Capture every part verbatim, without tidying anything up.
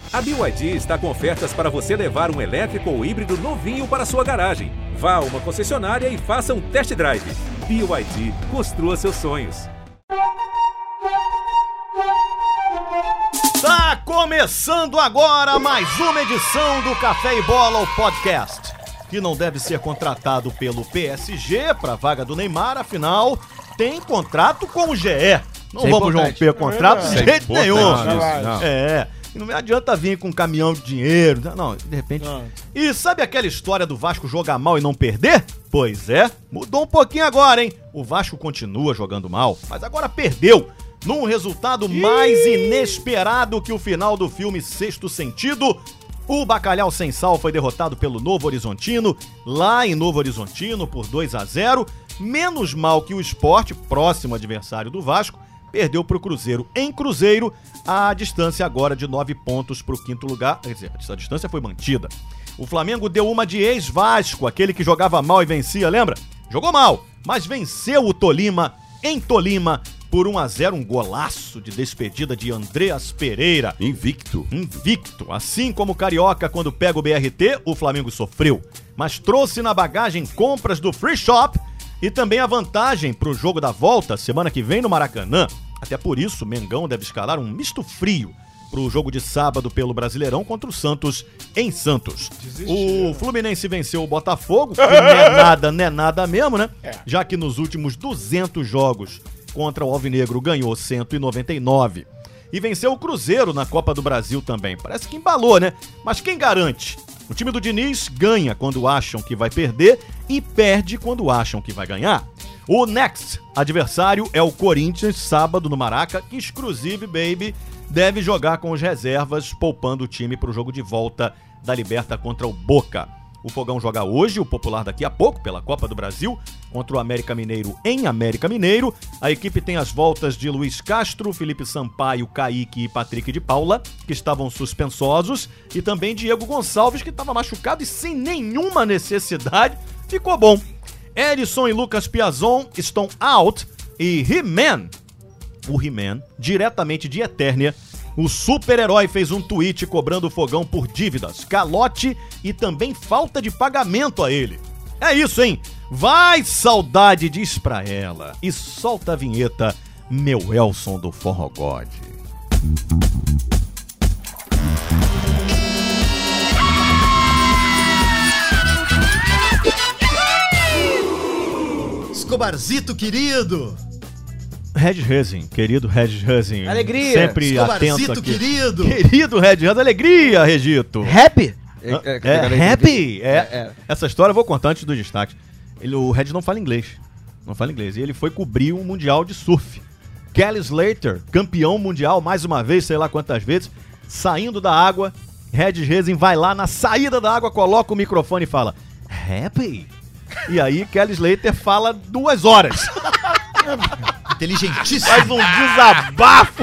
A B Y D está com ofertas para você levar um elétrico ou híbrido novinho para sua garagem. Vá a uma concessionária e faça um test drive. B Y D, construa seus sonhos. Tá começando agora mais uma edição do Café e Bola, o podcast, que não deve ser contratado pelo P S G para vaga do Neymar, afinal tem contrato com o G E. Não Isso vamos é romper contrato de é jeito nenhum. isso, não. É, e não me adianta vir com um caminhão de dinheiro. Não, de repente... Não. E sabe aquela história do Vasco jogar mal e não perder? Pois é, mudou um pouquinho agora, hein? O Vasco continua jogando mal, mas agora perdeu. Num resultado mais inesperado que o final do filme Sexto Sentido, o Bacalhau Sem Sal foi derrotado pelo Novo Horizontino, lá em Novo Horizontino, por dois a zero. Menos mal que o Sport, próximo adversário do Vasco, perdeu para o Cruzeiro. Em Cruzeiro, a distância agora de nove pontos para o quinto lugar. Quer dizer, a distância foi mantida. O Flamengo deu uma de ex-Vasco, aquele que jogava mal e vencia, lembra? Jogou mal, mas venceu o Tolima, em Tolima, por um a zero, um golaço de despedida de Andreas Pereira. Invicto. Invicto. Assim como o Carioca, quando pega o B R T, o Flamengo sofreu. Mas trouxe na bagagem compras do Free Shop e também a vantagem para o jogo da volta, semana que vem no Maracanã. Até por isso, Mengão deve escalar um misto frio para o jogo de sábado pelo Brasileirão contra o Santos em Santos. O Fluminense venceu o Botafogo, que não é nada, não é nada mesmo, né? É. Já que nos últimos duzentos jogos contra o Alvinegro ganhou cento e noventa e nove. E venceu o Cruzeiro na Copa do Brasil também. Parece que embalou, né? Mas quem garante? O time do Diniz ganha quando acham que vai perder e perde quando acham que vai ganhar. O next adversário é o Corinthians, sábado no Maraca. Exclusive, baby, deve jogar com os reservas, poupando o time para o jogo de volta da Liberta contra o Boca. O Fogão joga hoje, o Popular daqui a pouco, pela Copa do Brasil, contra o América Mineiro em América Mineiro. A equipe tem as voltas de Luiz Castro, Felipe Sampaio, Kaique e Patrick de Paula, que estavam suspensosos, e também Diego Gonçalves, que estava machucado e sem nenhuma necessidade, ficou bom. Edson e Lucas Piazon estão out, e He-Man, o He-Man, diretamente de Eternia, o super-herói fez um tweet cobrando o Fogão por dívidas, calote e também falta de pagamento a ele. É isso, hein? Vai, saudade, diz pra ela. E solta a vinheta, meu Elson do Forró God. Escobarzito querido! Regis Rezin, querido Regis Rezin. Alegria. Sempre atento Escobarzito aqui. querido! Querido Regis Rezin, alegria, Regito. Rap? É, é happy? É. É, é. Essa história eu vou contar antes do destaque. Ele, o Regis não fala inglês. Não fala inglês. E ele foi cobrir um mundial de surf. Kelly Slater, campeão mundial mais uma vez, sei lá quantas vezes, saindo da água. Regis Rezin vai lá na saída da água, coloca o microfone e fala: Happy? E aí Kelly Slater fala duas horas. Inteligentíssimo! Faz um desabafo.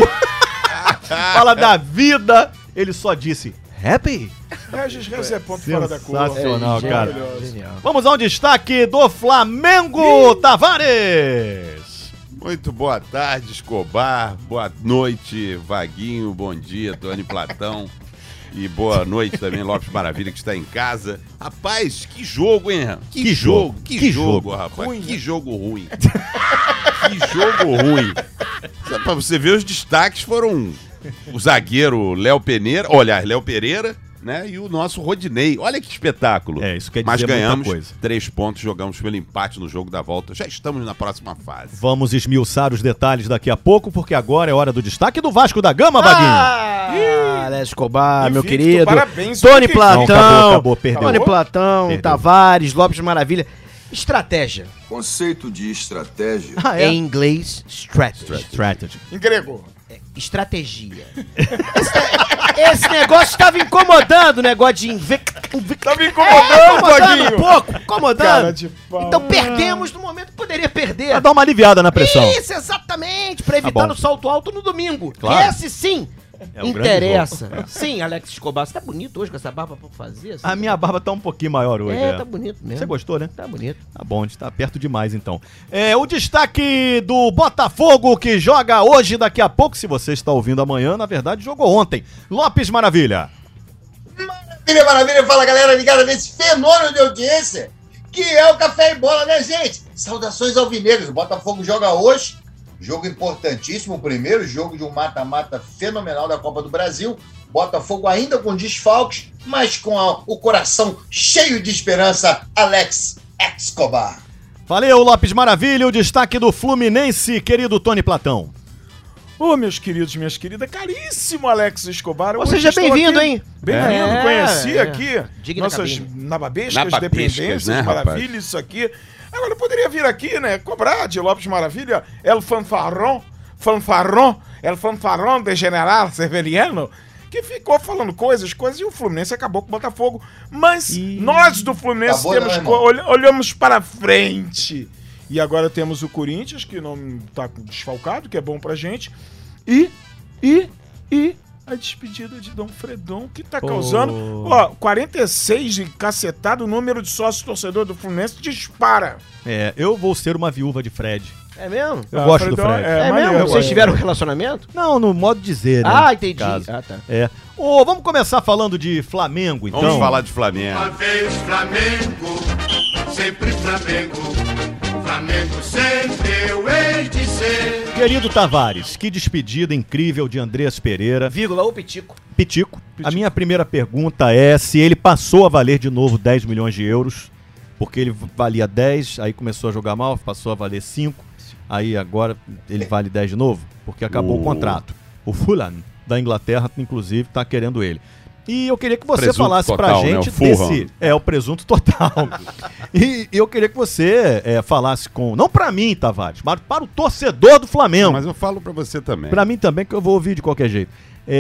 Fala da vida. Ele só disse Happy? Regis Reis é ponto fora da curva. Sensacional, É, cara. maravilhoso. Genial. Vamos ao destaque do Flamengo, Tavares. Muito boa tarde, Escobar. Boa noite, Vaguinho. Bom dia, Tony Platão. E boa noite também, Lopes Maravilha, que está em casa. Rapaz, que jogo, hein, Ram? Que jogo, Que, que jogo, jogo. rapaz. Ruim, que né? jogo ruim. Que jogo ruim. Só pra você ver, os destaques foram o zagueiro Léo Pereira, olha, Léo Pereira, né? E o nosso Rodinei. Olha que espetáculo. É, isso quer dizer Mas muita ganhamos coisa. três pontos, jogamos pelo empate no jogo da volta. Já estamos na próxima fase. Vamos esmiuçar os detalhes daqui a pouco, porque agora é hora do destaque do Vasco da Gama, Vaguinho. Ah, Alex Escobar, meu Invicto, querido. parabéns, Tony Invicto. Platão. Não, acabou, acabou, perdeu. Tony Platão, Perdeu. Tavares, Lopes Maravilha. Estratégia. Conceito de estratégia. Ah, Em inglês, strategy. Strategy. Em grego. Estratégia. Esse, esse negócio estava incomodando, o negócio de invec... Tá me É, incomodando, incomodando um Vaguinho. pouco, incomodando. Cara de pau. Então perdemos no momento que poderia perder. Pra dar uma aliviada na pressão. Isso, exatamente, pra Tá evitar bom. o salto alto no domingo. Claro. Esse sim É um grande interessa. jogo. Sim, Alex Escobar, você tá bonito hoje com essa barba pra fazer? assim? A minha barba tá um pouquinho maior hoje. É, é. tá bonito mesmo. Você gostou, né? Tá bonito. Tá bom, a gente tá perto demais então. É, o destaque do Botafogo, que joga hoje, daqui a pouco. Se você está ouvindo amanhã, na verdade jogou ontem. Lopes Maravilha. Maravilha, maravilha. Fala, galera ligada nesse fenômeno de audiência que é o Café e Bola, né, gente? Saudações alvinegros. O Botafogo joga hoje. Jogo importantíssimo. O primeiro jogo de um mata-mata fenomenal da Copa do Brasil. Botafogo ainda com desfalques, mas com a, o coração cheio de esperança. Alex Escobar. Valeu, Lopes Maravilha. O destaque do Fluminense, querido Tony Platão. Ô, oh, meus queridos, minhas queridas, caríssimo Alex Escobar. Ou seja, bem-vindo, hein? Bem-vindo, é, conheci é. aqui Digna nossas cabine. nababescas, Nababescas, dependências, né, maravilha, rapaz? isso aqui. Agora, eu poderia vir aqui, né, cobrar de Lopes Maravilha, El Fanfarrón, Fanfarrón, El Fanfarrón de General Severiano, que ficou falando coisas, coisas, e o Fluminense acabou com o Botafogo. Mas E... nós do Fluminense Acabou, temos não, co- olh- olhamos para frente. E agora temos o Corinthians, que não tá desfalcado, que é bom pra gente. E, e, e a despedida de Dom Fredon, que tá Pô. causando... Ó, quarenta e seis de cacetado, o número de sócios torcedor do Fluminense dispara. É, eu vou ser uma viúva de Fred. É mesmo? Eu Ah, gosto do Fredon Fred. É, maneiro, mesmo? Vocês é. tiveram um relacionamento? Não, no modo de dizer, né? Ah, entendi. Caso. Ah, tá. É. Ô, vamos começar falando de Flamengo, então. Vamos falar de Flamengo. Uma vez Flamengo, sempre Flamengo. Flamengo sempre eu hei de ser. Querido Tavares, que despedida incrível de Andreas Pereira. Vírgula, o Pitico. Pitico. A minha primeira pergunta é se ele passou a valer de novo dez milhões de euros, porque ele valia dez, aí começou a jogar mal, passou a valer cinco, aí agora ele vale dez de novo, porque acabou O- o contrato. O Fulham, da Inglaterra, inclusive, tá querendo ele. E eu queria que você Presunto falasse pra total, né? gente O Fulham. desse... É, o presunto total. E eu queria que você é, falasse com... Não pra mim, Tavares, mas para o torcedor do Flamengo. Mas eu falo pra você também. Pra mim também, que eu vou ouvir de qualquer jeito.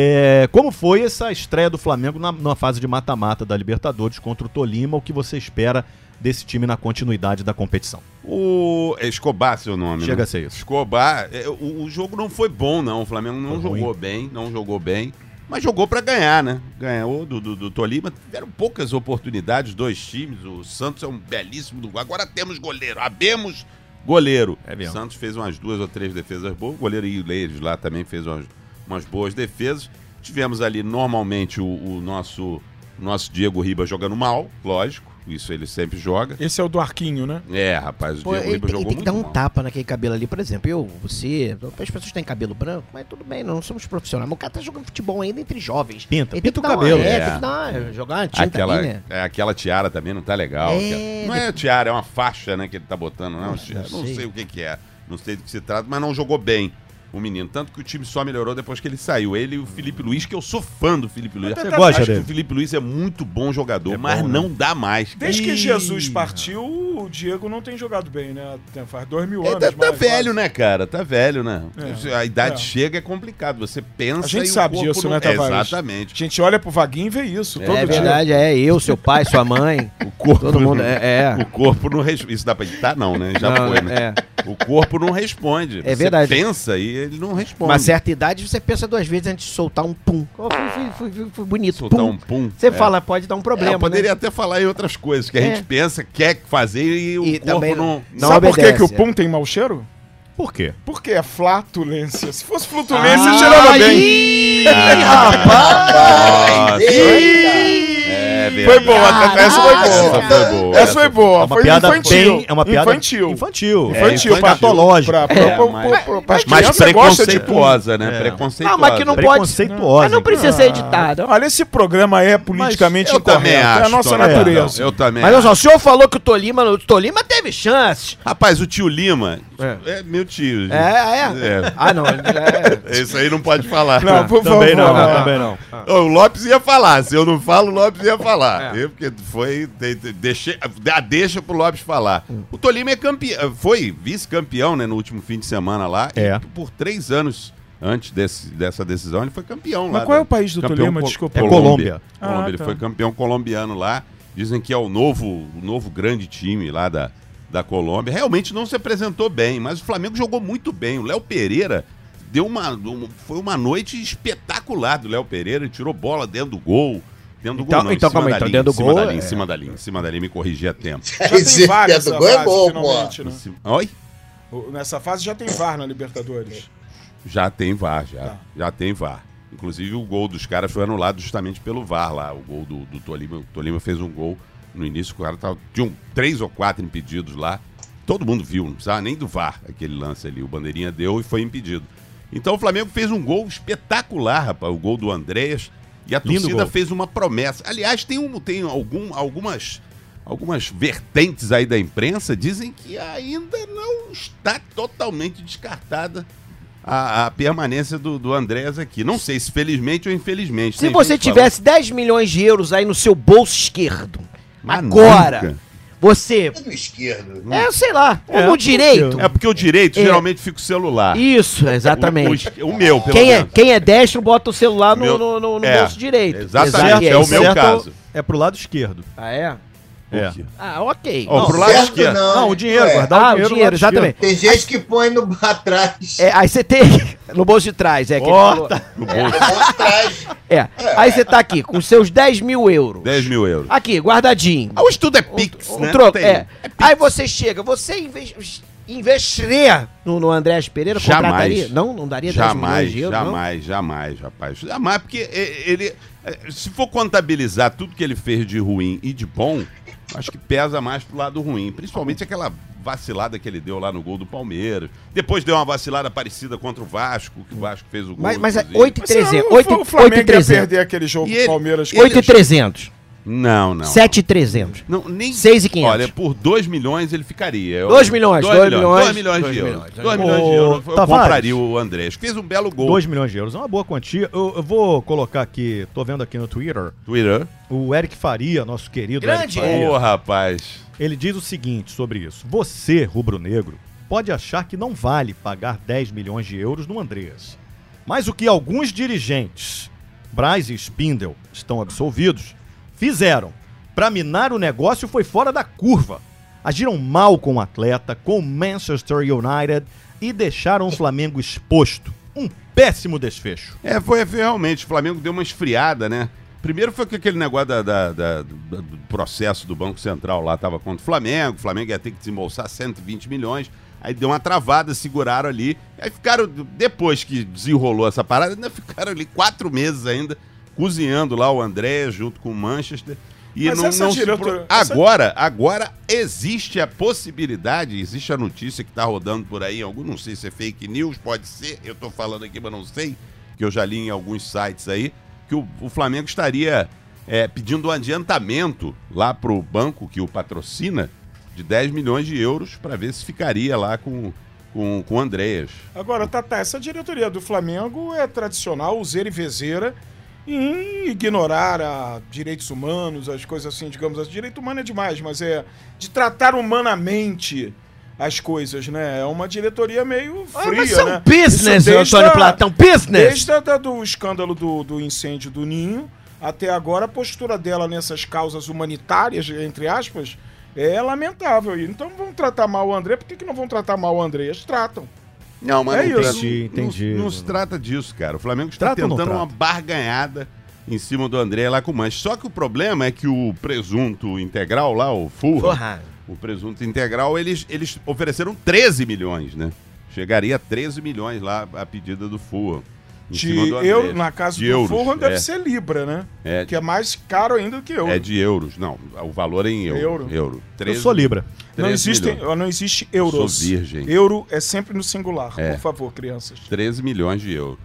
É, como foi essa estreia do Flamengo na, na fase de mata-mata da Libertadores contra o Tolima? O que você espera desse time na continuidade da competição? O Escobar, seu nome, Chega né? a ser isso. Escobar, é, o, o jogo não foi bom, não. O Flamengo não Foi jogou bem, não jogou bem. Mas jogou pra ganhar, né? Ganhou do, do, do Tolima. Tiveram poucas oportunidades, dois times. O Santos é um belíssimo do... Agora temos goleiro. Abemos goleiro. É mesmo. O Santos fez umas duas ou três defesas boas. O goleiro Ileiros lá também fez umas, umas boas defesas. Tivemos ali, normalmente, o, o nosso, nosso Diego Ribas jogando mal, lógico. Isso ele sempre joga. Esse é o do Arquinho, né? É, rapaz, o Pô, Diego ele, Ribas tem- ele jogou tem que dar muito um mal. tapa naquele cabelo ali, por exemplo. Eu, você, as pessoas têm cabelo branco, mas tudo bem, não somos profissionais. Mas o cara tá jogando futebol ainda entre jovens. Pinta, Ele pinta tem que o dar uma- cabelo. É, É. tem que dar uma, jogar uma tinta Aquela, ali, né? é, aquela tiara também não tá legal. É, Aquela- não é tiara, é uma faixa, né, que ele tá botando. Não, é uma tiara. não não sei. sei o que que é. Não sei do que se trata, mas não jogou bem o menino. Tanto que o time só melhorou depois que ele saiu. Ele e o Felipe Luiz, que eu sou fã do Felipe Luiz. Você gosta Acho dele? que o Felipe Luiz é muito bom jogador, É mas bom, né? não dá mais. Desde que Ih, Jesus partiu, o Diego não tem jogado bem, né? Tem- Faz dois mil Ele anos. tá, tá mais, velho, quase. né, cara? Tá velho, né? É, A idade é. chega, é complicado. Você pensa A gente e o sabe corpo disso, não... né, Tavares? Exatamente. A gente olha pro Vaguinho e vê isso todo É dia. verdade, é. Eu, seu pai, sua mãe. O corpo Todo mundo, é, é. O corpo não responde. Isso dá pra editar? Não, né? Já Não, foi, né? é. O corpo não responde. É verdade. Você pensa e ele não responde. Uma certa idade, você pensa duas vezes antes de soltar um pum. Oh, foi, foi- foi- foi- foi bonito. Soltar pum. um pum. Você É. fala, pode dar um É, problema, eu poderia né? até falar em outras coisas que a É. gente pensa, quer fazer e o E corpo também não. não Sabe por que, obedece, que o é. pum tem mau cheiro? Por quê? Porque é flatulência. Se fosse flutulência, cheirava bem. Ih, Nossa. Eita! É Foi verdade. boa, até essa foi Essa boa. foi boa. Essa foi boa, É uma foi piada infantil. bem- é uma piada infantil. infantil. É, Infantil, infantil. patológica. Pra, pra, É, pra, mas- pra, pra, pras Mas crianças gostam de pum. preconceituosa, né? É. Preconceituosa. Não, mas que não pode. Preconceituosa. Mas não precisa ser editado. Olha, esse programa é politicamente Eu também incorreto. acho. É a nossa Tony natureza. Platão, Eu também Mas olha acho. só, o senhor falou que o Tolima, o Tolima teve chance. Rapaz, o tio Lima É. é, meu tio. É, é. É. Ah, não. É. Isso aí não pode falar. Não, por Também favor. não, também não. O Lopes ia falar. Se eu não falo, o Lopes ia falar. É. Eu, porque foi. de- de- Deixei, a deixa pro Lopes falar. O Tolima é campeão. Foi vice-campeão, né, no último fim de semana lá. É. E por três anos antes desse, dessa decisão, ele foi campeão lá. Mas qual é da- o país do campeão Tolima? co- Desculpa. É Colômbia. Colômbia. Colômbia. Ah, Ele tá. foi campeão colombiano lá. Dizem que é o novo, o novo grande time lá da, da Colômbia. Realmente não se apresentou bem, mas o Flamengo jogou muito bem. O Léo Pereira deu uma, um- foi uma noite espetacular do Léo Pereira. Ele tirou bola dentro do gol. Dentro do Então- gol, não, em então, cima calma aí, da então linha, dentro em do cima gol, da linha, é- em cima da linha, em cima da linha, me corrigi a tempo. Já tem Esse VAR dentro nessa do gol é fase, bom, finalmente, pô. né? Em cima- Oi? O- Nessa fase já tem VAR na Libertadores. Já tem VAR, já. Tá. Já tem VAR. Inclusive o gol dos caras foi anulado justamente pelo V A R lá. O gol do, do Tolima. O Tolima fez um gol no início, o cara tava, tinha um, três ou quatro impedidos lá. Todo mundo viu, não precisava nem do V A R aquele lance ali. O bandeirinha deu e foi impedido. Então o Flamengo fez um gol espetacular, rapaz, o gol do Andréas. E a Lindo torcida gol. fez uma promessa. Aliás, tem, um, tem algum, algumas, algumas vertentes aí da imprensa dizem que ainda não está totalmente descartada a, a permanência do, do Andréas aqui. Não sei se felizmente ou infelizmente. Se Tem você gente falando- tivesse dez milhões de euros aí no seu bolso esquerdo, Mas agora, nunca. você... Do esquerdo. É, sei lá, ou É, no direito. É porque o direito É. geralmente fica o celular. Isso, exatamente. O, o- o meu, pelo Quem é, menos. quem é destro bota o celular no, Meu- no, no- no é, bolso direito. exatamente, Exato, é o isso. meu Certo caso. É pro lado esquerdo. Ah, é? É. Ah, ok. Ó, Não, pro lado certo esquerdo. não. Não, o dinheiro, É. guardar Ah, o o dinheiro. dinheiro, do lado exatamente. Tem gente que põe no atrás. É, aí você tem no bolso de trás, é que ele Ó, falou. tá. No bolso. No bolso de trás. É. Aí você tá aqui com seus dez mil euros. dez mil euros. Aqui, guardadinho. Ah, o estudo é Pix, Um né? troco, Tem. é. Pix. Aí você chega, você inves- investiria no, no Andrés Pereira? Jamais. Contrataria? Não, não daria dez Jamais, milhões de euros, não? jamais, jamais, rapaz. Jamais, porque e- ele, eh, se for contabilizar tudo que ele fez de ruim e de bom, acho que pesa mais pro lado ruim. Principalmente aquela vacilada que ele deu lá no gol do Palmeiras. Depois deu uma vacilada parecida contra o Vasco, que o Vasco fez o gol. Mas, mas é inclusive. oito e Mas senão trezentos. o- oito o Flamengo ia trezentos. perder aquele jogo E com ele- o Palmeiras. ele- oito e trezentos. Não, não. sete e trezentos. Não, nem... seis e quinhentos. Olha, por dois milhões ele ficaria. Eu- dois milhões, dois dois milhões, milhões, dois milhões dois de euros. milhões, dois milhões de Ô, euros. Eu Tavares. compraria o Andrés. Fez um belo gol. dois milhões de euros, é uma boa quantia. Eu, eu vou colocar aqui, tô vendo aqui no Twitter, Twitter. o Eric Faria, nosso querido Grande Eric Faria. Ô, rapaz. Ele diz o seguinte sobre isso: você, rubro-negro, pode achar que não vale pagar dez milhões de euros no Andreas. Mas o que alguns dirigentes, Braz e Spindle, estão absolvidos, fizeram para minar o negócio foi fora da curva. Agiram mal com o atleta, com o Manchester United e deixaram o Flamengo exposto. Um péssimo desfecho. É, foi, foi realmente. O Flamengo deu uma esfriada, né? Primeiro foi que aquele negócio da, da- da- do, do processo do Banco Central lá estava contra o Flamengo. O Flamengo ia ter que desembolsar cento e vinte milhões. Aí deu uma travada, seguraram ali. Aí ficaram, depois que desenrolou essa parada, ainda ficaram ali quatro meses ainda, cozinhando lá o André junto com o Manchester. E Mas não, essa não se diretora- pro- agora, agora existe a possibilidade, existe a notícia que está rodando por aí, algum, não sei se é fake news, pode ser, eu estou falando aqui, mas não sei, que eu já li em alguns sites aí, que o, o Flamengo estaria é, pedindo um adiantamento lá para o banco que o patrocina de dez milhões de euros para ver se ficaria lá com, com, com o Andréas. Agora, Tata, essa diretoria do Flamengo é tradicional, useira e vezeira, em ignorar a direitos humanos, as coisas assim, digamos assim. Direito humano é demais, mas é de tratar humanamente as coisas, né? É uma diretoria meio fria, Ah, mas isso é um né? business, Isso desde Antônio a- Platão, business! Desde a, da- do escândalo do, do incêndio do Ninho até agora, a postura dela nessas causas humanitárias, entre aspas, é lamentável. Então vão tratar mal o André, por que, que não vão tratar mal o André? Eles tratam. Não, mas É não, isso. trata- Entendi, entendi. Não, não se trata disso, cara. O Flamengo está Trata ou não tentando trata? uma barganhada em cima do André lá com o Manchester. Só que o problema é que o presunto integral lá, o Fulham, Porra. o presunto integral, eles, eles ofereceram treze milhões, né? Chegaria a treze milhões lá a pedida do Fulham. em De cima do André. euro, na casa De do euros, Fulham deve é. ser Libra, né? É, Que é mais caro ainda do que euro. é de euros. Não, o valor é em euro. Euro. euro. Eu treze sou Libra. Não treze existe, milhões. não existe euros. Sou virgem. Euro é sempre no singular, É. por favor, crianças. treze milhões de euros.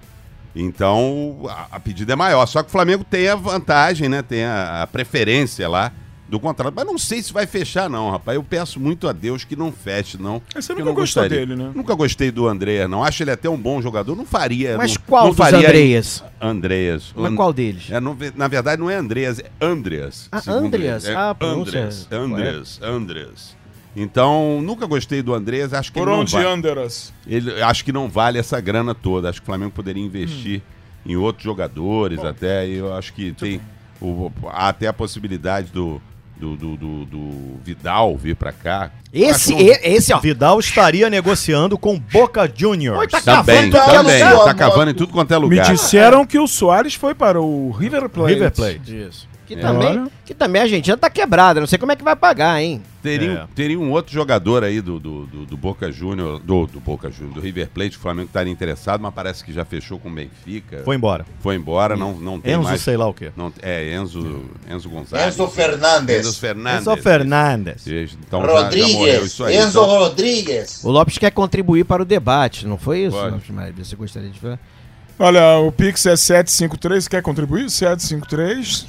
Então, a, a pedida é maior. Só que o Flamengo tem a vantagem, né? Tem a, a preferência lá do contrato. Mas não sei se vai fechar, não, rapaz. Eu peço muito a Deus que não feche, não. Mas você porque nunca eu não gostou gostaria. dele, né? Nunca gostei do André, não. Acho ele até um bom jogador. Não faria. Mas não, qual não dos faria Andreas? Andreas. Mas And- qual deles? É, não, na verdade, não é Andreas, é Andreas. Ah, segundo Andreas. ele. É Ah, a pronúncia Andreas, é Andreas, Andreas. Então, nunca gostei do Andreas. Acho que Por ele onde não vai. Anderas? Ele, acho que não vale essa grana toda. Acho que o Flamengo poderia investir em outros jogadores até. E eu acho que tem o, há até a possibilidade do, do, do, do- do Vidal vir pra cá. Esse, Acho que não- e- esse, ó. Vidal estaria negociando com Boca Juniors. Oi, tá Também, Vidal também. no seu Tá cavando moto. em tudo quanto é Me lugar. disseram que o Soares foi para o River Plate. River Plate. Isso. Que, também, que também a Argentina tá quebrada, não sei como é que vai pagar, hein? Teria, É. um, teria um outro jogador aí do, do, do, do Boca Júnior, do, do Boca Júnior, do River Plate, o Flamengo estaria interessado, mas parece que já fechou com o Benfica. Foi embora. Foi embora, não, não tem Enzo mais. sei lá o quê. Não, é, Enzo, Enzo Gonzalez. Enzo Fernandes. Enzo Fernandes. Enzo Fernandes. Isso, Então já, já morreu Rodrigues. isso aí. Enzo Então, Rodrigues. O Lopes quer contribuir para o debate, não foi isso, Pode. Lopes Maria? Você gostaria de falar? Olha, o Pix é sete cinco três, quer contribuir? sete cinco três.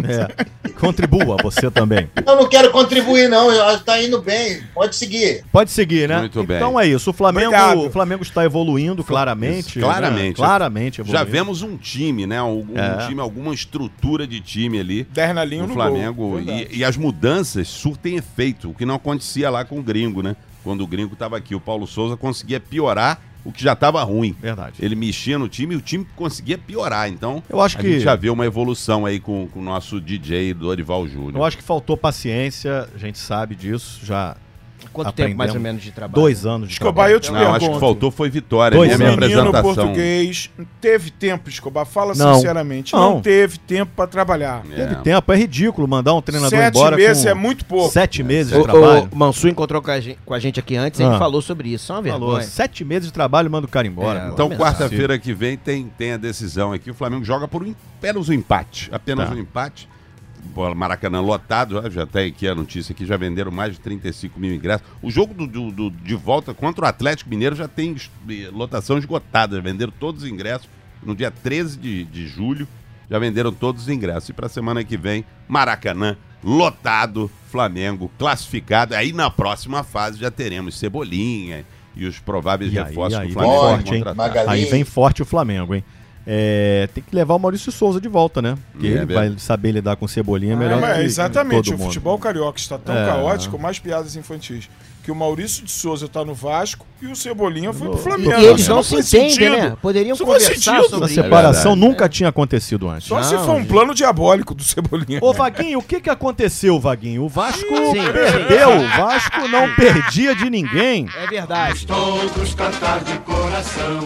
É. Contribua, você também. Eu não quero contribuir, não. Eu- Tá indo bem. Pode seguir. Pode seguir, né? Muito bem. Então é isso. O Flamengo, Obrigado. o Flamengo está evoluindo claramente. Claramente. Né? Claramente evoluindo. já vemos um time, né? Um, um É. time, alguma estrutura de time ali. Dernalinho No no Flamengo. gol. E, Verdade. e as mudanças surtem efeito, o que não acontecia lá com o Gringo, né? Quando o Gringo estava aqui. O Paulo Souza conseguia piorar o que já estava ruim. Verdade. Ele mexia no time e o time conseguia piorar. Então, Eu acho a que- gente já vê uma evolução aí com, com o nosso D J Dorival Júnior. Eu acho que faltou paciência, a gente sabe disso. Já Quanto Aprendemos. tempo mais ou menos de trabalho? dois anos de Escobar, trabalho. eu te Não, acho que pergunto. faltou foi vitória. Dois né? O Minha anos. menino apresentação. português teve tempo, Escobar. Fala Não. sinceramente. Não. Não. teve tempo pra trabalhar. É. Teve tempo, é ridículo mandar um treinador Sete embora meses com é muito pouco. sete meses de O, trabalho. o Mansu encontrou com a gente, com a gente aqui antes e Ah. ele falou sobre isso. Só uma Falou, vergonha. sete meses de trabalho, manda o cara embora. É, pô. Então, Lamentável. quarta-feira que vem tem, tem a decisão aqui. O Flamengo joga por um, apenas um empate. Apenas Tá. um empate. Pô, Maracanã lotado, já- já tem aqui a notícia aqui, já venderam mais de trinta e cinco mil ingressos. O jogo do, do- do- de volta contra o Atlético Mineiro já tem es- eh, lotação esgotada, já venderam todos os ingressos. No dia treze de, de julho, já venderam todos os ingressos. E para a semana que vem, Maracanã lotado, Flamengo classificado. Aí na próxima fase já teremos Cebolinha e os prováveis E aí, reforços aí que o vem Flamengo vai forte, hein? contratar. Magalhães. Aí vem forte o Flamengo, hein? É, tem que levar o Maurício Souza de volta, né? Porque É ele verdade. vai saber lidar com Cebolinha melhor É, do que exatamente, todo o mundo. futebol carioca está tão É. caótico, mais piadas infantis, que o Maurício de Souza tá no Vasco e o Cebolinha foi pro E Flamengo. eles Isso não faz se entendem, sentido. né? Poderiam Isso faz conversar sentido. sobre Essa isso. separação É verdade. nunca tinha acontecido antes. Só se Não, for um gente. plano diabólico do Cebolinha. Ô, Vaguinho, o que que aconteceu, Vaguinho? O Vasco Sim, perdeu. sim. O Vasco não perdia de ninguém. É verdade. Todos cantar de coração,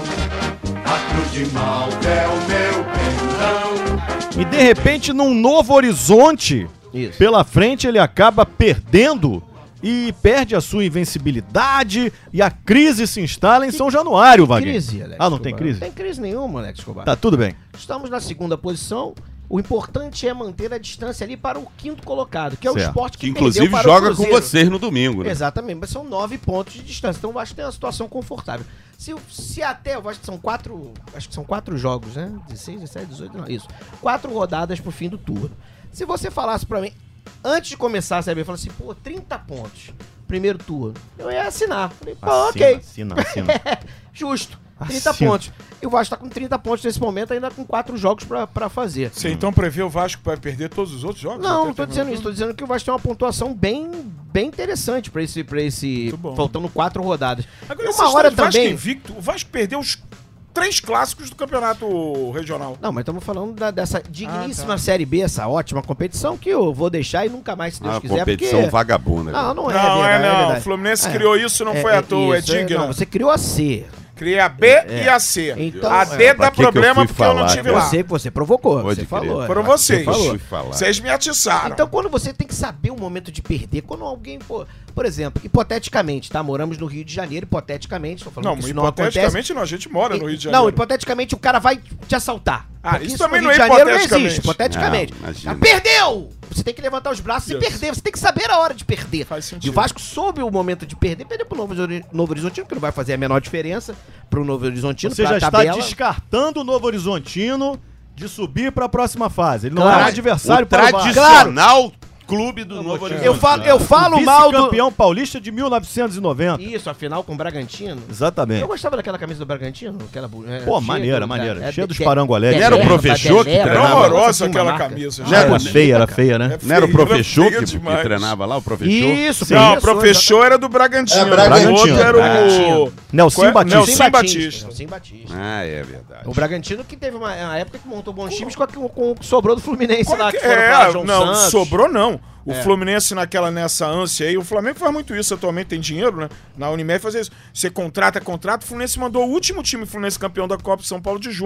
a cruz de Malta é o meu pendão. E de repente, num novo horizonte Isso. pela frente, ele acaba perdendo e perde a sua invencibilidade e a crise se instala em São Januário, Vaguinho. Crise, Alex Ah, não tem Escobar. crise? Não tem crise nenhuma, Alex Escobar. Tá tudo bem. Estamos na segunda posição. O importante é manter a distância ali para o quinto colocado, que é o Certo. esporte que, Que inclusive perdeu para o joga com Cruzeiro. vocês no domingo, né? Exatamente, mas são nove pontos de distância. Então o Vasco tem uma situação confortável. Se, se até, eu acho que são quatro. Acho que são quatro jogos, né? dezesseis, dezessete, dezoito, não, isso. Quatro rodadas pro fim do turno. Se você falasse pra mim, antes de começar a Série B, falasse assim, pô, trinta pontos, primeiro turno, eu ia assinar. Falei, pô, ok. Assina, assina. Justo. trinta Assina. pontos. E o Vasco tá com trinta pontos nesse momento, ainda com quatro jogos pra, pra fazer. Você então prevê o Vasco vai perder todos os outros jogos? Não, Até não tô terminar dizendo o isso, tô turno? dizendo que o Vasco tem uma pontuação bem, bem interessante pra esse, pra esse Muito bom. faltando quatro rodadas. Agora, E essa uma história hora do Vasco também. invicto, o Vasco perdeu os três clássicos do campeonato regional. Não, mas estamos falando da- dessa digníssima Ah, tá. Série B, essa ótima competição que eu vou deixar e nunca mais, se Deus Uma quiser, competição porque... vagabunda. Não, não é Não, verdade, é não. verdade. O Fluminense É. criou isso, não foi à toa, é isso, digna. Não, você criou a C. Criei a B É. e a C. Então, a é. D Pra dá que que eu problema fui porque eu não falar, tive cara? lá. Você, você provocou, Pode você crer. falou. Foram é. vocês. Eu fui falar. Vocês me atiçaram. Então, quando você tem que saber o momento de perder, quando alguém, pô, por exemplo, hipoteticamente, tá? Moramos no Rio de Janeiro, hipoteticamente, tô falando não, que isso hipoteticamente não acontece. não, a gente mora no Rio de Não, Janeiro. hipoteticamente o cara vai te assaltar. Ah, Porque isso no também Rio não é de Janeiro hipoteticamente. existe, hipoteticamente. Não, imagina. Ah, perdeu! Você tem que levantar os braços Isso. e perder. Você tem que saber a hora de perder. Faz sentido. E o Vasco soube o momento de perder, perdeu pro Novo, Hori- Novo Horizontino, que não vai fazer a menor diferença pro Novo Horizontino. Você pra já está tabela. descartando o Novo Horizontino de subir para a próxima fase. Ele não Claro. é um adversário o para o Vasco. tradicional clube do Novo Horizonte. Eu falo, eu falo mal do... Vice-campeão paulista de mil novecentos e noventa. Isso, afinal com o Bragantino. Exatamente. Eu gostava daquela camisa do Bragantino, aquela bu- é, Pô, cheia maneira, do- maneira. é, Cheia de- dos de- parangolés. de- Não era o de- professor que de- Era treinava? horrorosa Assim, uma aquela marca. camisa. Não era- Era feia, era feia, né? Não era o Feio, professor feio que, que demais. treinava lá, o professor? Isso, Sim. Não, o isso, professor era do Bragantino. É, Bragantino. O outro era o... Bragantino. Nelson Qual é? Batista. Nelson Nelson Batista. Nelson Batista. Ah, é verdade. O Bragantino que teve uma, uma época que montou bons times com, a- com, com o que sobrou do Fluminense Qual lá, que- que foram pra É, João não, Santos. sobrou não. O É. Fluminense naquela, nessa ânsia aí, o Flamengo faz muito isso atualmente, tem dinheiro, né? Na Unimed fazer isso. Você contrata, contrata, o Fluminense mandou o último time Fluminense campeão da Copa de São Paulo de Júnior.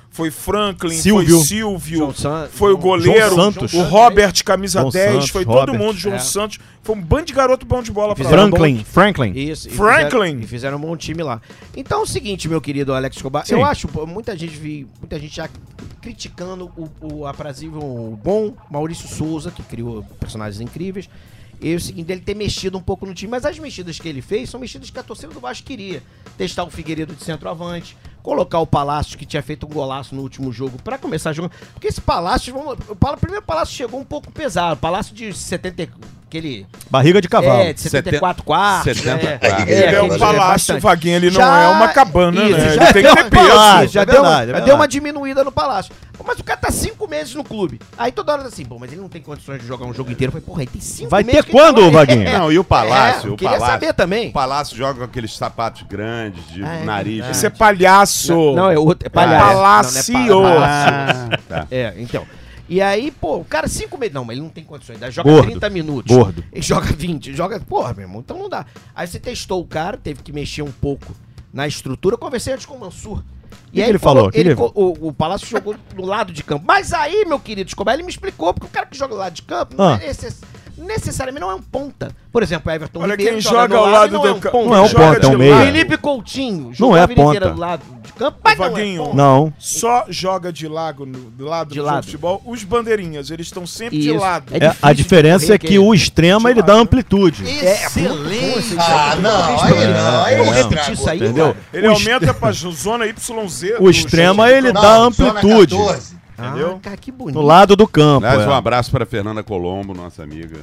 foi Franklin, Silvio. foi Silvio, João San- foi o goleiro, João Santos. o Robert, camisa João dez, Santos, foi Robert. todo mundo, João É. Santos. Foi um bando de garoto bom de bola pra lá. Fizeram Franklin, Franklin. Isso. e Franklin. Fizeram, e fizeram um bom time lá. Então é o seguinte, meu querido Alex Escobar, Sim. eu acho, pô, muita gente vi, muita gente já criticando o, o aprazível, o bom Maurício Souza, que criou personagens incríveis. E é o seguinte, ele ter mexido um pouco no time, mas as mexidas que ele fez são mexidas que a torcida do Vasco queria. Testar o Figueiredo de centroavante, colocar o Palácio, que tinha feito um golaço no último jogo, pra começar jogando. Porque esse Palácio, vamos, o Pala- primeiro Palácio chegou um pouco pesado, o Palácio de setenta, aquele... Barriga de cavalo. É, de setenta e quatro quartos. setenta né? quartos. Ele é, aquele- um palácio, bastante. Vaguinho, ele não Já- é uma cabana, Isso, né? já Ele tem que deu ter uma- peso. palácio. já é deu, verdade, uma, é já verdade. deu uma diminuída no Palácio. Mas o cara tá cinco meses no clube. Aí toda hora assim, pô, mas ele não tem condições de jogar um jogo inteiro. Eu falei, porra, ele tem cinco Vai meses. ter que ele quando, tá- Vaguinho? É. Não, e o Palácio, É, o queria Palácio. saber também. O Palácio joga com aqueles sapatos grandes de Ah, é nariz. verdade. Esse é palhaço. Não, não, é outro. É Ah, palhaço. é. Palácio. Não, não é palácio. Ah, tá. É, então. E aí, pô, o cara cinco meses. Não, mas ele não tem condições. Ele joga Gordo. trinta minutos. Gordo. Ele joga vinte. Joga. Porra, meu irmão, então não dá. Aí você testou o cara, teve que mexer um pouco na estrutura. Eu conversei antes com o Mansur. que ele falou? Que Ele, ele- co- o, o Palácio jogou do lado de campo. Mas aí, meu querido Escobar, ele me explicou, porque o cara que joga do lado de campo não Ah. é necess- necessariamente não é um ponta. Por exemplo, o Everton Olha, Ribeiro quem joga joga no ao lado lado e não do é um ca- ponta. Não é um joga ponta, é um de meia. lado. Felipe Coutinho Não jogou é a vida inteira ponta. do lado de campo, mas Vaguinho. não é ponta. Não. Só joga de lado no, do lado De do lado. jogo de futebol os bandeirinhas. Eles estão sempre de Isso. lado. É É, a difícil de diferença correr é que aquele- o extremo ele dá amplitude. Excelente! Ah, não, aí não, aí Vamos não. repetir isso aí, Entendeu? cara. Ele O aumenta pra zona Y Z. O extremo ele Não, dá zona amplitude quatorze. Entendeu? Ah, cara, que bonito. no lado do campo. Aliás, é. um abraço para Fernanda Colombo, nossa amiga.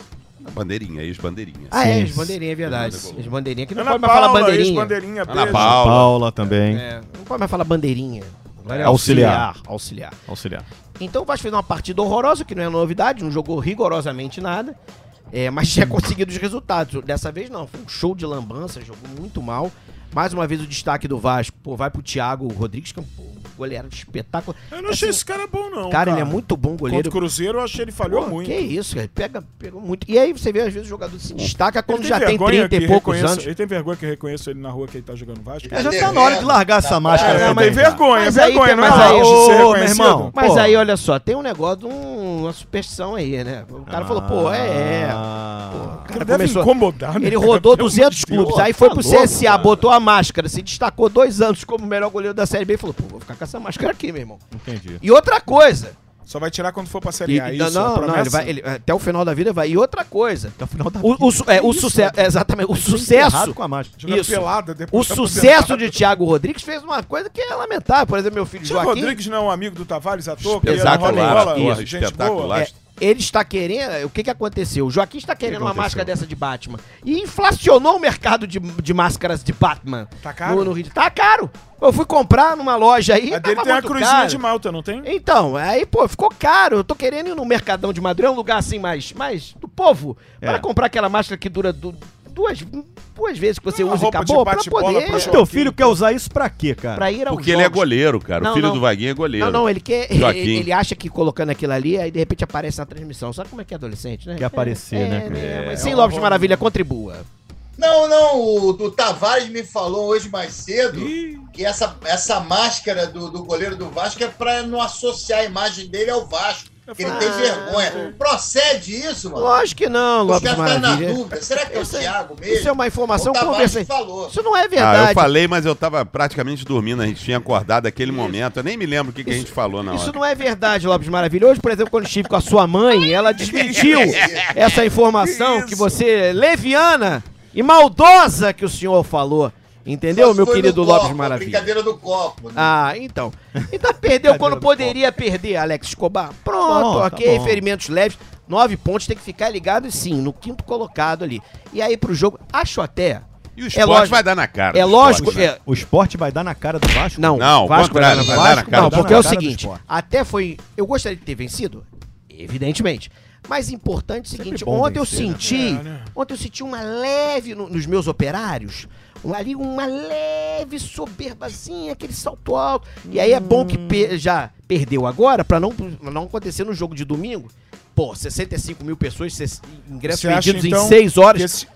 A bandeirinha, ex-bandeirinha. Ah, é, Sim. as bandeirinhas, é verdade. As bandeirinhas, que não Ana pode mais falar Paula, bandeirinha. ex-bandeirinha. Ana beijo. Paula. Paula também. É, não pode mais falar bandeirinha. Agora é Auxiliar. auxiliar. Auxiliar. Auxiliar. Então o Vasco fez uma partida horrorosa, que não é novidade, não jogou rigorosamente nada, é, mas tinha conseguido os resultados. Dessa vez não, foi um show de lambança, jogou muito mal. Mais uma vez o destaque do Vasco, pô, vai pro Thiago Rodrigues, que é um pô, goleiro de espetáculo. Eu não achei Assim, esse cara bom, não. Cara, ele é muito bom Contra goleiro. o Cruzeiro, eu achei ele falhou Pô, muito. que isso, cara, pega, pegou muito. E aí você vê, às vezes, o jogador se destaca Ele quando já tem vergonha trinta e que poucos reconheça- anos. Ele tem vergonha que eu reconheço ele na rua que ele tá jogando Vasco? Já tá na hora de largar essa máscara. É, também, tem cara. vergonha, Mas aí vergonha, tem- não é mas aí- hoje de ser Ô, meu reconhecido. irmão. Mas Pô. aí, olha só, tem um negócio, de um- uma superstição aí, né? O cara falou, pô, é, é. Ah. Pô, o Cara, cara deve começou... incomodar, né? Ele cara? rodou Pelo duzentos amor de Deus. clubes, aí foi tá pro louco, C S A, cara. botou a máscara, se destacou dois anos como o melhor goleiro da Série B e falou, pô, vou ficar com essa máscara aqui, meu irmão. Entendi. E outra coisa... Só vai tirar quando for pra Série E, A, não, isso? não, a não, promessa? ele vai, ele- até o final da vida vai. E outra coisa, Até o final da o, o, su- é, o sucesso, é, exatamente, o sucesso, com a máscara. Jogar isso. pelada o depois da sucesso aposentada. de Thiago Rodrigues fez uma coisa que é lamentável. Por exemplo, meu filho Tiago Joaquim, Rodrigues não é um amigo do Tavares à toa, que ia no Espetacular, rola bola, porra, gente espetacular. boa. é, ele está querendo. O que que aconteceu? O Joaquim está querendo uma aconteceu? máscara dessa de Batman. E inflacionou o mercado de, de máscaras de Batman. Tá caro? No, no Rio de- Tá caro. Eu fui comprar numa loja aí. A dele tava tem a muito cruzinha caro. de Malta, não tem? Então, aí, pô, ficou caro. Eu tô querendo ir no Mercadão de Madureira, um lugar assim mais, mais do povo, É. para comprar aquela máscara que dura du- duas, duas vezes que você Uma usa e roupa de acabou, pra bate-bola poder, pro Mas Joaquim. teu filho quer usar isso pra quê, cara? pra ir ao Porque ele é goleiro, cara. Não, o filho não. do Vaguinho é goleiro. Não, não, ele quer. Joaquim. Ele, ele acha que colocando aquilo ali, aí de repente aparece na transmissão. Sabe como é que é adolescente, né? Quer aparecer, É, né, é, cara? é, mas É Sem uma Lopes de forma- Maravilha, contribua. Não, não, o, o Tavares me falou hoje mais cedo que essa, essa máscara do, do goleiro do Vasco é pra não associar a imagem dele ao Vasco. Que ele tem Ah. vergonha. Procede isso, mano? Lógico que não, Os Lopes de caras ficam na Maravilha. dúvida. Será que é o Isso é- Thiago mesmo? Isso é uma informação O Tavares conversei. falou. Isso não é Ah, verdade. eu falei, mas eu tava praticamente dormindo. A gente tinha acordado naquele momento. Eu nem me lembro o que, que a gente falou na Isso hora. não é verdade, Lopes de Maravilha. Hoje, por exemplo, quando eu estive com a sua mãe, ela desmentiu essa informação que, isso? você, leviana e maldosa, que o senhor falou. Entendeu, Só meu foi querido no Lopes copo, de Maravilha? Brincadeira do copo. Né? Ah, então. Então perdeu quando poderia perder, Alex Escobar. Pronto, Tá bom, tá ok, bom. ferimentos leves. Nove pontos, tem que ficar ligado, sim, no quinto colocado ali. E aí pro jogo, acho até... E o É esporte lógico- vai dar na cara. É do lógico... esporte, né? é, O esporte vai dar na cara do Vasco? Não, Não, Vasco contrário, vai vai dar na cara Não, do porque é o Vasco. seguinte, até foi... Eu gostaria de ter vencido, evidentemente. Mas importante é o seguinte, bom ontem eu vencer, né? senti... É, né? Ontem eu senti uma leve, no- nos meus operários, um- ali uma leve soberbazinha, aquele salto alto. E aí é bom que pe- já perdeu agora, pra não, não acontecer no jogo de domingo. Pô, sessenta e cinco mil pessoas, ses- ingressos Você acha, vendidos então, em seis horas. que esse-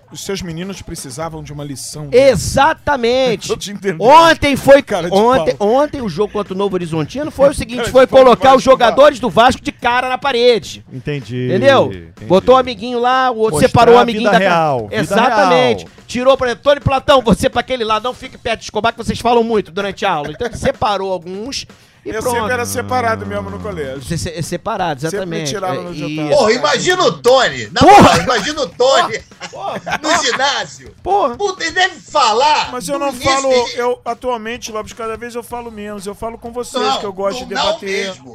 os seus meninos precisavam de uma lição. Exatamente. Tô te entendendo. Ontem foi. Cara de Ontem, pau. ontem o jogo contra o Novo Horizontino foi o seguinte: Cara de foi pau colocar do os Vasco, jogadores do Vasco de cara na parede. Entendi. Entendeu? entendi. Botou o amiguinho lá, o outro Mostrar separou o a amiguinho vida da real, cara. vida Exatamente. real. Tirou pra Tony Platão, você pra aquele lado, não fique perto de Escobar, que vocês falam muito durante a aula. Então ele separou alguns e Eu pronto. sempre era separado mesmo no colégio. Se- se- Separado, Sempre me exatamente. tiraram no É, jantar. isso. Porra, imagina o Tony. Na Porra! moral, imagina o Tony no ginásio. Porra. Puta, ele deve falar. Mas eu no não início, falo, ele- eu atualmente, Lopes, cada vez eu falo menos. Eu falo com vocês, Não, que eu gosto não, de não debater. mesmo.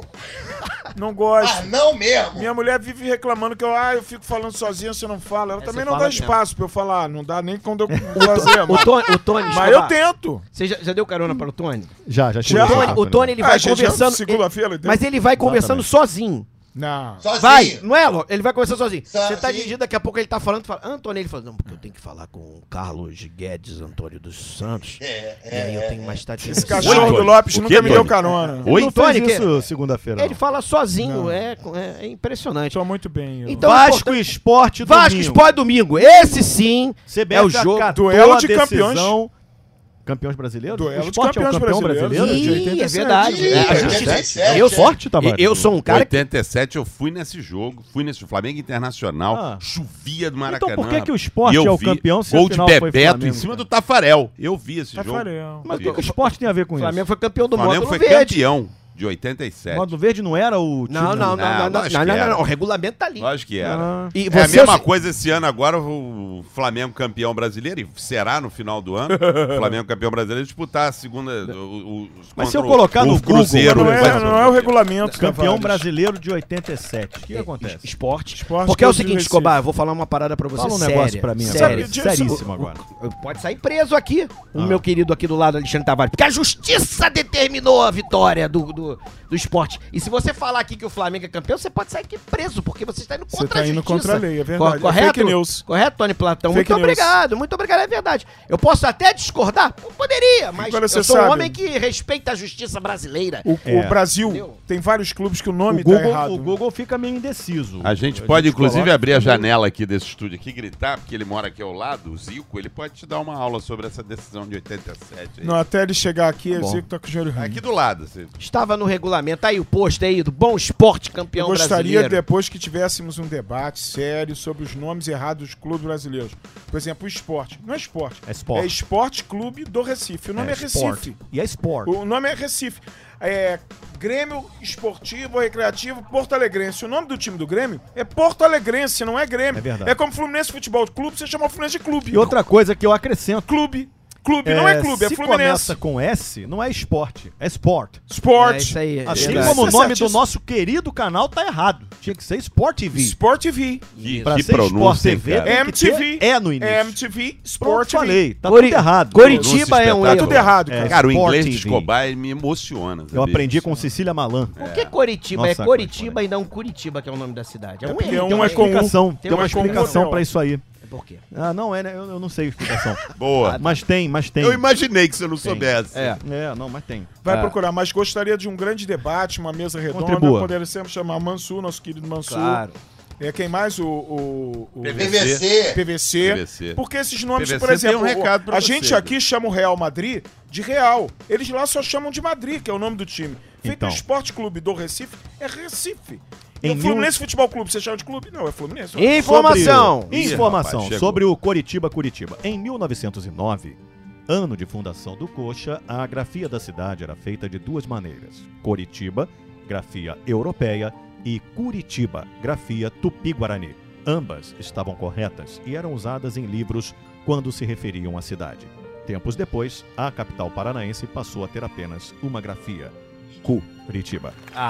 Não gosto. Ah, não mesmo. Minha mulher vive reclamando que eu, ah, eu fico falando sozinho, você não fala. Ela É, também você não fala dá mesmo. espaço pra eu falar. Não dá nem quando eu fazer, O mano. Tony, o Tony Mas eu Escobar, tento. Você já, já deu carona para o Tony? Já, já Já? tive O esse Tony, papo, o né? Tony ele Ah, vai gente, conversando. segunda-feira, ele- entendeu? mas ele vai conversando sozinho. Não. Sozinho. Vai, não é, Ló? Ele vai conversar sozinho. Sozinho. Você tá dirigindo, daqui a pouco ele tá falando, fala, Antônio, ele fala, não, porque eu tenho que falar com o Carlos Guedes Antônio dos Santos. É, E aí eu é, tenho mais tarde. Esse cachorro do Lopes O nunca quê, me deu Tony? carona. Ele não Tony, fez que- isso segunda-feira. não. Ele fala sozinho, Não. é, é, é impressionante. Tô muito bem. Eu. Então, Vasco importante- Esporte Vasco domingo. Esporte domingo. Esse sim C B é F o jogo. acatou Duelo a de decisão. campeões. Campeões brasileiros? Duelo o de Sport é o campeões campeão brasileiros. brasileiro? de Ih, oitenta e é sete. verdade. Ih, É, a oitenta e justiça- sete. eu, Forte, Tavares. eu sou um cara que oitenta e sete eu fui nesse jogo, fui nesse Flamengo Internacional, Ah. chovia do Maracanã. Então por que que o Sport E eu é o vi campeão se a gol de final foi Bebeto Flamengo, em cima cara? do Tafarel. Eu vi esse jogo. Tafarel. Mas o Vi. que que o Sport tem a ver com o isso? Flamengo foi campeão do O Flamengo módulo foi verde. campeão de oitenta e sete. O Módulo Verde não era o time... Não, não, não, Ah, não, não, lógico não, que não, era. não, o regulamento tá ali. Lógico que era. Ah. E É a você- mesma coisa esse ano agora, o Flamengo campeão brasileiro, e será no final do ano, o Flamengo campeão brasileiro, disputar a segunda... O, o, Mas contra se eu o- colocar o no Cruzeiro, Google, Não vai é, ser não é o regulamento. Campeão Tavares. brasileiro de oitenta e sete. O que, que acontece? Esporte. Esporte Porque é o Clube do seguinte, Recife. Escobar, eu vou falar uma parada pra você Fala um séria. negócio pra mim séria. agora. Sério, Seríssimo agora. Pode sair preso aqui, o Ah. meu querido aqui do lado, Alexandre Tavares. Porque a justiça determinou a vitória do, do, do esporte. E se você falar aqui que o Flamengo é campeão, você pode sair aqui preso, porque você está indo Você contra tá a indo justiça. contra a lei, é verdade. É correto? fake news. Correto, Tony Platão? Fake muito news. obrigado, muito obrigado, é verdade. Eu posso até discordar? Eu poderia, mas Agora eu você sou um sabe. homem que respeita a justiça brasileira. O, É. o Brasil Entendeu? tem vários clubes que o O nome tá Google, errado. o Google fica meio indeciso. A gente pode, coloca inclusive, abrir a como- janela aqui desse estúdio aqui e gritar, porque ele mora aqui ao lado, o Zico, ele pode te dar uma aula sobre essa decisão de oitenta e sete. aí. Não, até ele chegar aqui, eu bom. sei que tá com o joelho ruim. Aqui do lado. Assim. Estava no regulamento, tá aí o post aí do Bom Esporte campeão Eu gostaria brasileiro. depois que tivéssemos um debate sério sobre os nomes errados dos clubes brasileiros. Por exemplo, o esporte. Não é esporte. É Sport. É Esporte Clube do Recife. O nome é, Sport. Recife. E é Sport. O nome é Recife. É Grêmio Esportivo Recreativo Porto Alegrense. O nome do time do Grêmio é Porto Alegrense, não é Grêmio. É verdade. É como Fluminense Futebol Clube, você chama o Fluminense de clube. E outra coisa que eu acrescento. Clube. Clube, não é clube, é se Fluminense. começa com S, não é esporte, é sport. Sport. É isso aí. é Assim verdade. como o Isso é nome do certíssimo. nosso querido canal tá errado. Tinha que ser Sport T V. Sport T V. Que, Pra que ser Sport pronúncia, hein, T V, cara? tem que M T V. ter E no início. M T V, Pronto, Sport T V. falei. Tá Cori- tudo errado. Coritiba é um Pronúncia erro. Tá tudo errado, É, cara. Cara, o Sport inglês T de V. Escobar ele me emociona. Eu sabia? aprendi com Cecília Malan. Por que Coritiba Nossa, é Coritiba e não Curitiba, que é o nome da cidade? É, É um porque erro. um Tem uma é com explicação, Tem tem uma uma com explicação hotel. pra isso aí. Por quê? Ah, não é, né? Eu, eu não sei a explicação. Boa. Mas tem, mas tem. Eu imaginei que você não soubesse. É. É, não, mas tem. Vai Ah. procurar, mas gostaria de um grande debate, uma mesa redonda. Contribua. Poderíamos chamar Mansur, nosso querido Mansur. Claro. É, quem mais? O, o, o P P V C. P V C. P V C. Porque esses nomes, P V C por exemplo, tem um recado pra a você, gente viu? aqui chama o Real Madrid de Real. Eles lá só chamam de Madrid, que é o nome do time. Feito Então. o Esporte Clube do Recife, é Recife. Em E o Fluminense mil- Futebol Clube, você chama de clube? Não, é Fluminense. Informação. Sobre, Ih, informação rapaz, chegou. sobre o Coritiba Curitiba. Em mil novecentos e nove, ano de fundação do Coxa, a grafia da cidade era feita de duas maneiras. Coritiba, grafia europeia, e Curitiba, grafia tupi-guarani. Ambas estavam corretas e eram usadas em livros quando se referiam à cidade. Tempos depois, a capital paranaense passou a ter apenas uma grafia, Curitiba.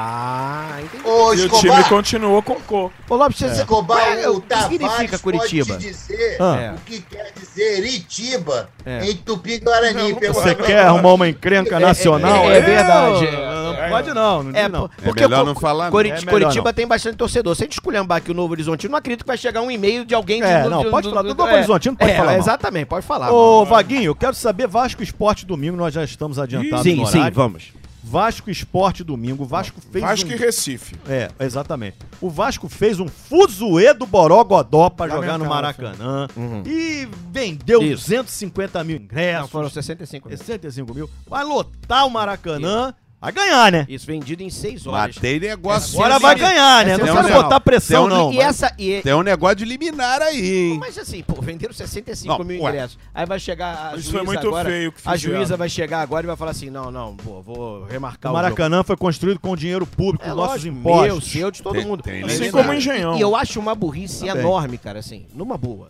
Ah, entendi. Ô, E o time Escobar, continuou com Cor. Ô, Lopes, você... Escobar, Qual é- o o que significa Tavares Curitiba? pode te dizer Ah. É. o que quer dizer Itiba É. em Tupi-Guarani. Não, pelo Você amor- quer arrumar uma encrenca nacional? é verdade. Não pode não, não É, diz não. po- É porque melhor co- não falar, não. Cori- É melhor Coritiba não. tem bastante torcedor. Se a gente esculhambar aqui o Novo Horizontino, não acredito que vai chegar um e-mail de alguém de, É, do- não, do- pode do- falar. do- Do Novo é, Horizontino pode é, falar mal. Exatamente, pode falar. Ô, Vaguinho, eu quero saber Vasco Esporte domingo, nós já estamos adiantados sim, no sim, horário. vamos. Vasco Sport domingo. O Vasco fez Vasco um... e Recife. É, exatamente. O Vasco fez um fuzuê do Borogodó pra jogar no Lamentável. Maracanã. Uhum. E vendeu Isso. duzentos e cinquenta mil ingressos. Não, foram sessenta e cinco mil. sessenta e cinco mil. Vai lotar o Maracanã. Vai ganhar, né? Isso, vendido em seis horas. Matei negócio. Agora vai ganhar, né? é Não sensacional. quero botar pressão, Tem um- não. E mas- essa... E, Tem um negócio de liminar aí, hein? Mas assim, pô, venderam sessenta e cinco Não, mil ué. ingressos. Aí vai chegar a Isso juíza foi muito agora, feio que a fizeram. juíza vai chegar agora e vai falar assim, não, não, pô, vou remarcar O o Maracanã foi construído com dinheiro público, jogo. com É nossos lógico, impostos. meu, seu, de todo Tem- mundo. tem Mas Assim liminar. como o e- Engenhão. E eu acho uma burrice Também. enorme, cara, assim, numa boa.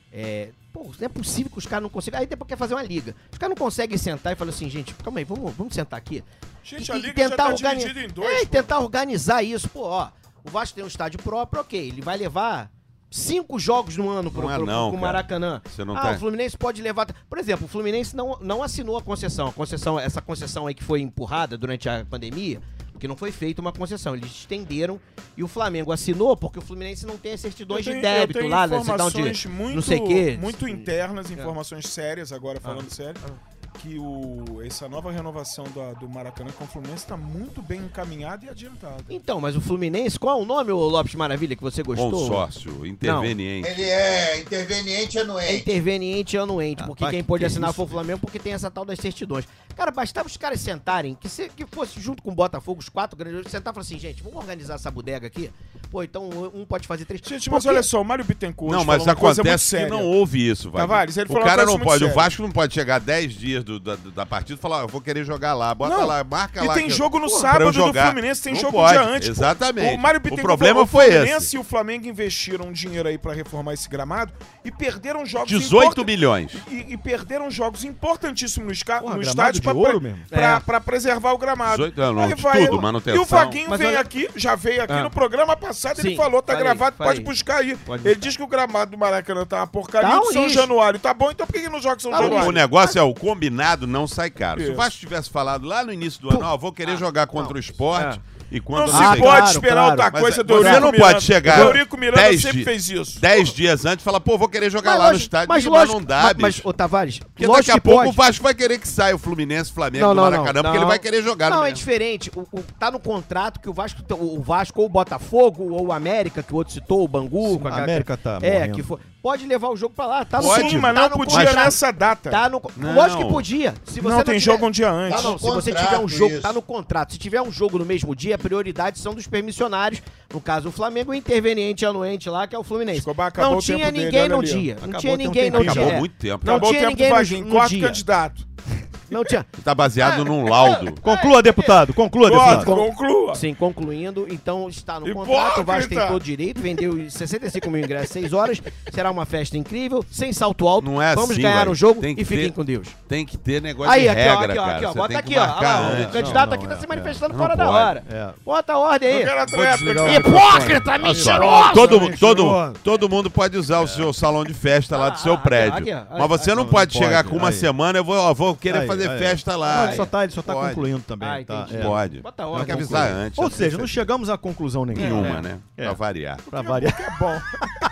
É, pô, não é possível que os caras não consigam. Aí depois quer fazer uma liga. Os caras não conseguem sentar e falar assim, gente, calma aí, vamos, vamos sentar aqui. Gente, E- a e liga já tá organi- dividida em dois. É, e pô. tentar organizar isso. Pô, ó, o Vasco tem um estádio próprio, ok. Ele vai levar cinco jogos no ano pro, Não é pro, não, pro cara. Maracanã. Você não ah, tá- o Fluminense pode levar... Por exemplo, o Fluminense não, não assinou a concessão. A concessão. Essa concessão aí que foi empurrada durante a pandemia, porque não foi feita uma concessão. Eles estenderam e o Flamengo assinou porque o Fluminense não tem as certidões Eu de tenho- eu débito tenho lá, né? Certidão informações de muito, não sei o quê. muito internas, informações sérias, agora falando Ah. sério, que o, essa nova renovação da- do Maracanã com o Fluminense está muito bem encaminhada e adiantada. Então, mas o Fluminense, qual é o nome, ô Lopes Maravilha, que você gostou? Consórcio, interveniente. Ele é interveniente É anuente. interveniente e anuente, porque Rapaz, quem que pôde que é assinar isso, foi o Flamengo, porque tem essa tal das certidões. Cara, bastava os caras sentarem, que, se, que fosse junto com o Botafogo, os quatro grandes, sentar e falar assim, gente, vamos organizar essa bodega aqui? Pô, então um pode fazer três... Gente, mas Porque- olha só, o Mário Bittencourt Não, mas falou uma coisa muito acontece que séria. não houve isso, vai. Tavares, ele O falou uma cara coisa não muito pode, o séria. Vasco não pode chegar dez dias do- da, da partida e falar, ah, eu vou querer jogar lá, bota Não. lá, marca E lá. tem que- jogo no Pô, sábado pra eu do jogar. Fluminense, tem Não jogo pode, um dia antes. pô. Exatamente. O, Mário O Bittencourt problema falou, foi o Fluminense esse. e o Flamengo investiram um dinheiro aí pra reformar esse gramado e perderam jogos dezoito importan- milhões. E, e perderam jogos importantíssimos no, esca- Porra, no gramado estádio de pra, ouro pra, mesmo? pra- É. pra preservar o gramado. dezoito, não, Aí de vai tudo, eu- manutenção. E o Vaguinho Mas vem olha- aqui, já veio aqui Ah. no programa passado, ele Sim, falou, tá falei, gravado, falei. pode buscar aí. Pode Ele buscar. diz que o gramado do Maracanã tá uma porcaria, Tá do um São lixo. Januário tá bom, então por que que não joga São Tá um Januário? O negócio é, o combinado não sai caro. Se Isso. o Vasco tivesse falado lá no início do ano, ó, vou querer jogar contra o esporte e Não quando se Ah, pode claro, esperar claro. outra Mas coisa do você Eurico não Miranda. pode chegar O Eurico Miranda dez sempre di- fez isso. Dez dias antes e falar, pô, vou querer jogar Mas lá no lógico- estádio. mas Mas, lógico, não dá, mas, bicho. mas, ô Tavares, Porque lógico daqui a que pouco pode. o Vasco vai querer que saia o Fluminense, Flamengo Não, do não, Maracanã, não, porque ele não. vai querer jogar Não, no é mesmo. diferente. O, o- tá no contrato que o Vasco, o Vasco ou o Botafogo ou o América, que o outro citou, o Bangu. com A América tá É, morrendo. que for, pode levar o jogo pra lá. Tá no Pode, Sim, mas tá não no podia contrato. nessa data. Tá no, Não. Lógico que podia. Se você não, tem tiver- jogo um dia antes. Tá no Se você contrato, tiver um jogo, isso. tá no contrato. Se tiver um jogo no mesmo dia, a prioridade são dos permissionários. No caso, o Flamengo, o interveniente anuente lá, que é o Fluminense. Escobar, acabou Não o tempo tinha dele, ninguém olha no ali, ó. dia. Não Acabou tinha tem um ninguém no tempinho. dia. Acabou É. muito tempo. Não Acabou o tinha tempo ninguém do no, Vaguinho, no quarto dia. candidato. Não tinha. Tá baseado num laudo. Conclua, deputado. Conclua, Pode, deputado. conclua. Sim, concluindo, então está no Hipócrita. contrato, o Vasco tem todo direito, vendeu sessenta e cinco mil ingressos, seis horas, será uma festa incrível, sem salto alto, Não é vamos assim, ganhar velho. o jogo Tem que e fiquem ter- com Deus. Tem que ter negócio Aí, de aqui, ó, regra, aqui, ó, cara. aqui, ó, Você bota tem aqui, que ó, olha marcar lá, ó, o antes. candidato Não, aqui não, tá se é, manifestando Não fora da pode. hora. É. Bota a ordem aí. Eu quero atleta, desligar cara. o Hipócrita, Olha só, mentiroso! todo, todo, todo mundo pode usar o seu salão de festa lá do Ah, seu aqui, prédio. aqui, ó. Mas você Aí, não não, pode não chegar pode. com uma Aí. semana, eu vou, ó, vou querer Aí, fazer aí. festa Não, lá. ele só tá, ele só tá Pode. concluindo também. Ah, tá? entendi. É. Pode. Bota a Tem ordem. que avisar antes. Ou é seja, não pra chegamos a conclusão nenhuma. nenhuma, né? É. Pra variar. Pra variar. Que é bom.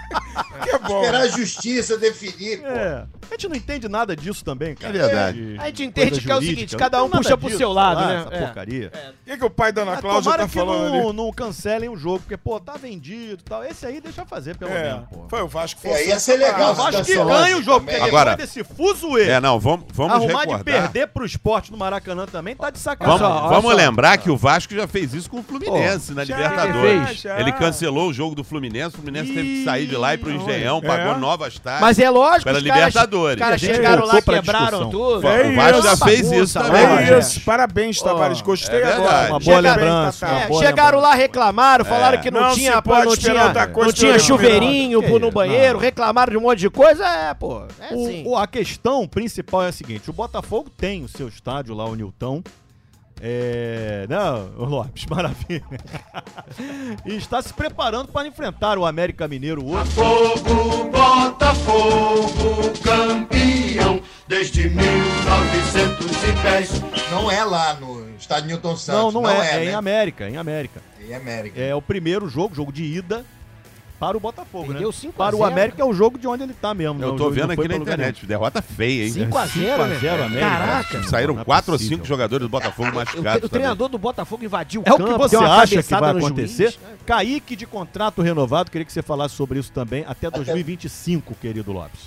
Que é bom. Esperar a justiça definir, pô. É. A gente não entende nada disso também, cara. É verdade. De A gente coisa entende que é o jurídica. seguinte, Não cada tem um nada puxa pro disso, seu lado, sei lá, né? Essa É. porcaria. O que, que o pai da Ana Mas Cláudia tomara tá que falando não, ali? não cancelem o jogo, porque, pô, tá vendido e tal. Esse aí deixa fazer, pelo É, menos, pô. foi o Vasco. É, ia ser legal O se Vasco que cancelasse ganha o jogo, porque também. Agora- depois desse fuzuê, É, não, vamos, vamos arrumar de recordar. perder pro esporte no Maracanã também tá de sacanagem. Vamos, Olha vamos só. lembrar que o Vasco já fez isso com o Fluminense na já, Libertadores. já. Ele cancelou o jogo do Fluminense, o Fluminense teve que sair de lá e ir pro Ih, Engenhão, é. pagou novas taxas. Mas é lógico, Pela os caras, Libertadores. os caras A gente chegaram lá, voltou pra quebraram discussão. tudo. É o Vasco já isso. fez Bagunça isso lá, também. É É. isso. Parabéns, Tavares. Gostei é agora. verdade. Uma boa Parabéns, lembrança, Tatá. uma É, boa chegaram lá, reclamaram, É. falaram que não, Não tinha, se pode não esperar tinha, outra coisa não do tinha Eurico chuveirinho Miranda. no banheiro, reclamaram de um monte de coisa, é, pô. É O- assim. o- a questão principal é a seguinte: o Botafogo tem o seu estádio lá, o Nilton. É. Não, o Lopes, maravilha. E está se preparando para enfrentar o América Mineiro hoje. Fogo, Botafogo, campeão desde mil novecentos e dez. Não é lá no estádio Newton Não, Santos. não, é, é, né? em América, em América. Em América. É o primeiro jogo, jogo de ida. Para o Botafogo, Perdeu né? cinco a zero, Para o América é o jogo de onde ele tá mesmo. Eu né? O tô jogo vendo não foi aqui na pra lugar internet. Derrota feia, hein? cinco a zero, né? cinco a zero, América. Caraca. Saíram Não é quatro ou possível. cinco jogadores do Botafogo O, machucados. o treinador do Botafogo invadiu o É o campo, que você deu uma acha que cabeçada vai no acontecer? juiz. Kaique de contrato renovado, queria que você falasse sobre isso também, até dois mil e vinte e cinco, querido Lopes.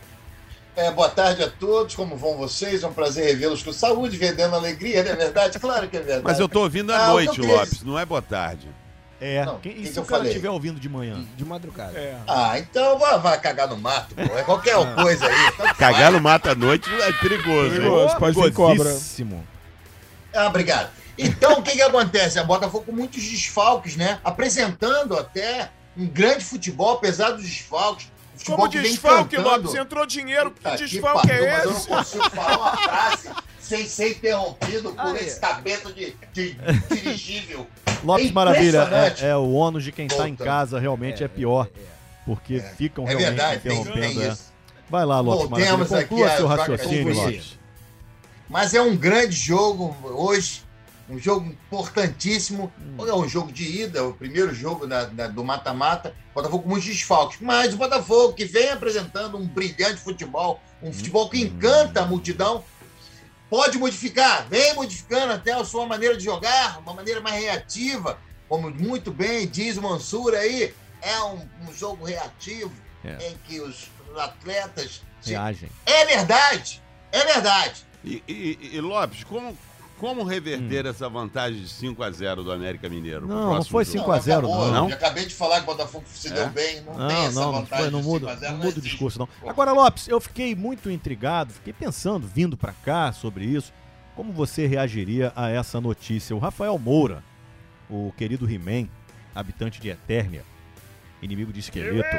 É, boa tarde a todos, como vão vocês? É um prazer revê-los com saúde, vendendo alegria, não é verdade? Claro que é verdade. Mas eu tô ouvindo à Ah, o que noite, eu queria Lopes, não é boa tarde. É, Não, quem, que e que se eu o cara falei? estiver ouvindo de manhã? De madrugada. É. Ah, então vai, vai cagar no mato, pô. É qualquer coisa aí. tanto Cagar faz. no mato à noite é perigoso, hein? Perigoso, pode vir cobra. Perigosíssimo. Ah, obrigado. Então, o que que acontece? A Botafogo com muitos desfalques, né? Apresentando até um grande futebol, apesar dos desfalques. O futebol Como que vem desfalque, cantando. Lopes? Entrou dinheiro, que Puta desfalque pariu, é mas eu esse? não consigo falar uma frase sem ser interrompido por Aí. esse cabeça de, de dirigível. Lopes É Maravilha, impressionante. é, é o ônus de quem tá em Volta. casa realmente é, pior. Porque ficam É realmente verdade, tem, interrompendo. tem é. isso. Vai lá, Lopes Maravilha, Voltemos aqui conclua a seu troca raciocínio, de Lopes. Mas é um grande jogo hoje, um jogo importantíssimo. É um jogo de ida, o primeiro jogo da- da- do mata-mata. Botafogo com muitos desfalques. Mas o Botafogo, que vem apresentando um brilhante futebol, um futebol que encanta a multidão, pode modificar, vem modificando até a sua maneira de jogar, uma maneira mais reativa, como muito bem diz o Mansur aí, é um, um jogo reativo, É. em que os atletas... se- Reagem. É verdade, é verdade. E, e- e, Lopes, como, como reverter essa vantagem de cinco a zero do América Mineiro? pro Não, não próximo foi jogo? cinco a zero, acabou, não. Não? Eu acabei de falar que o Botafogo se deu É? bem, não, tem Não, essa não, não, vantagem foi, não de muda, cinco a zero, não muda o existe. discurso, não. Agora, Lopes, eu fiquei muito intrigado, fiquei pensando, vindo pra cá sobre isso, como você reagiria a essa notícia. O Rafael Moura, o querido He-Man, habitante de Etérnia, inimigo de esqueleto,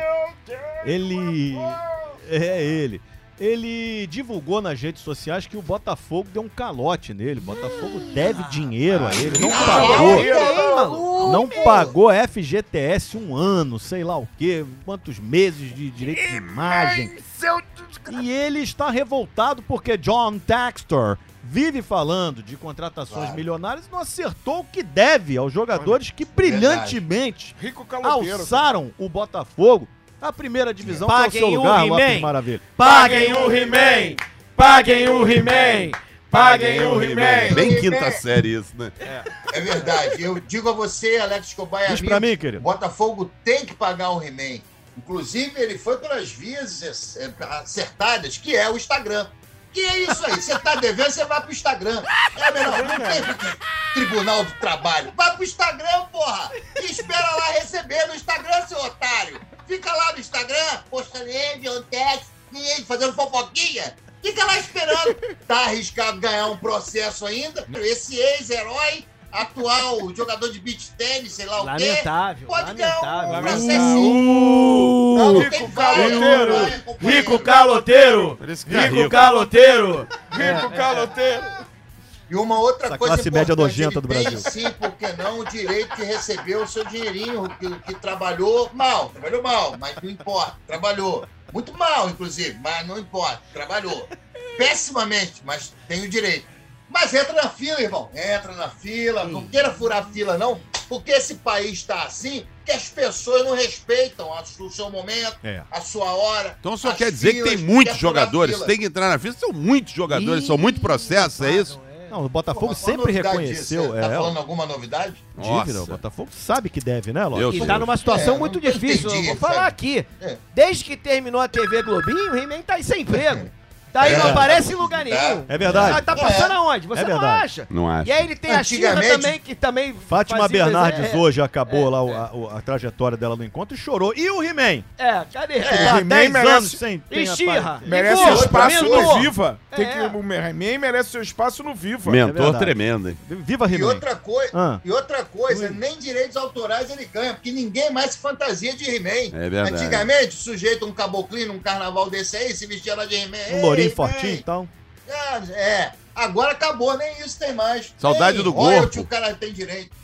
ele... É ele. Ele divulgou nas redes sociais que o Botafogo deu um calote nele. O Botafogo deve dinheiro a ele, não pagou. Não pagou F G T S um ano, sei lá o quê, quantos meses de direito de imagem. E ele está revoltado porque John Textor vive falando de contratações Claro. milionárias e não acertou o que deve aos jogadores que brilhantemente Rico caloteiro. alçaram o Botafogo à primeira divisão, que é o Paguem seu o lugar, He-Man. Lopes Maravilha. Paguem o He-Man! Paguem o He-Man! Paguem o He-Man! Bem quinta série isso, né? É verdade. Eu digo a você, Alex Escobar e Diz amigos, pra mim, o querido. Botafogo tem que pagar o He-Man. Inclusive, ele foi pelas vias é, acertadas, que é o Instagram. Que é isso aí. Você tá devendo, você vai pro Instagram. É melhor, não tem Tribunal do Trabalho. Vai pro Instagram, porra! E espera lá receber no Instagram, seu otário. Fica lá no Instagram, postando ele, Ontex, ninguém fazendo fofoquinha. Fica lá esperando. Tá arriscado ganhar um processo ainda. Esse ex-herói, atual jogador de beach tênis, sei lá o quê. Lamentável, Pode ganhar um lamentável. processinho. Não, não Rico tem falha, caloteiro. não, né, companheiro? Rico caloteiro! Parece que tá Rico rico. caloteiro! Rico caloteiro! E uma outra Essa coisa classe média importante, nojenta ele do tem, Brasil. sim, porque não, o direito de receber o seu dinheirinho, que, que trabalhou mal, trabalhou mal, mas não importa, trabalhou. Muito mal, inclusive, mas não importa, trabalhou. Pessimamente, mas tem o direito. Mas entra na fila, irmão, entra na fila, não queira furar a fila, não, porque esse país está assim que as pessoas não respeitam a su- o seu momento, É. a sua hora. Então só as quer dizer que tem filas, muitos quer furar jogadores, fila. tem que entrar na fila. São muitos jogadores, são muitos processos, é isso? Não, o Botafogo Pô, mas qual a sempre novidade reconheceu. disso? Tá é, falando alguma novidade? dívida, o Botafogo sabe que deve, né, Lopes? Eu E sei. tá numa situação É, muito não difícil. entendi, Eu vou falar sabe? aqui. É. Desde que terminou a T V Globinho, o He-Man tá aí sem emprego. Daí não É. aparece em lugar nenhum. É verdade. Ah, tá passando É. aonde? Você É não verdade. acha? Não acho. E aí ele tem a Xirra Antigamente- também, que também Fátima fazia- Bernardes é, hoje acabou lá o- a, o- a trajetória dela no encontro e chorou. E o He-Man? É, cadê? Que o tá há He-Man dez merece- anos sem E ter Xirra? Merece Ligou, espaço mentor. no Viva. Tem É. que, o He-Man merece seu espaço no Viva. Mentor verdade. tremendo, hein? Viva E He-Man! outra, coi Ah. e outra coisa, nem direitos autorais ele ganha, porque ninguém mais se fantasia de He-Man. É verdade. Antigamente, o sujeito, um caboclinho, num carnaval desse aí, se vestia lá de He-Man. Um lourinho Ei, fortinho e He-Man. tal. É, é, agora acabou, nem isso tem mais. Saudade Nem do royalty corpo. o cara tem direito.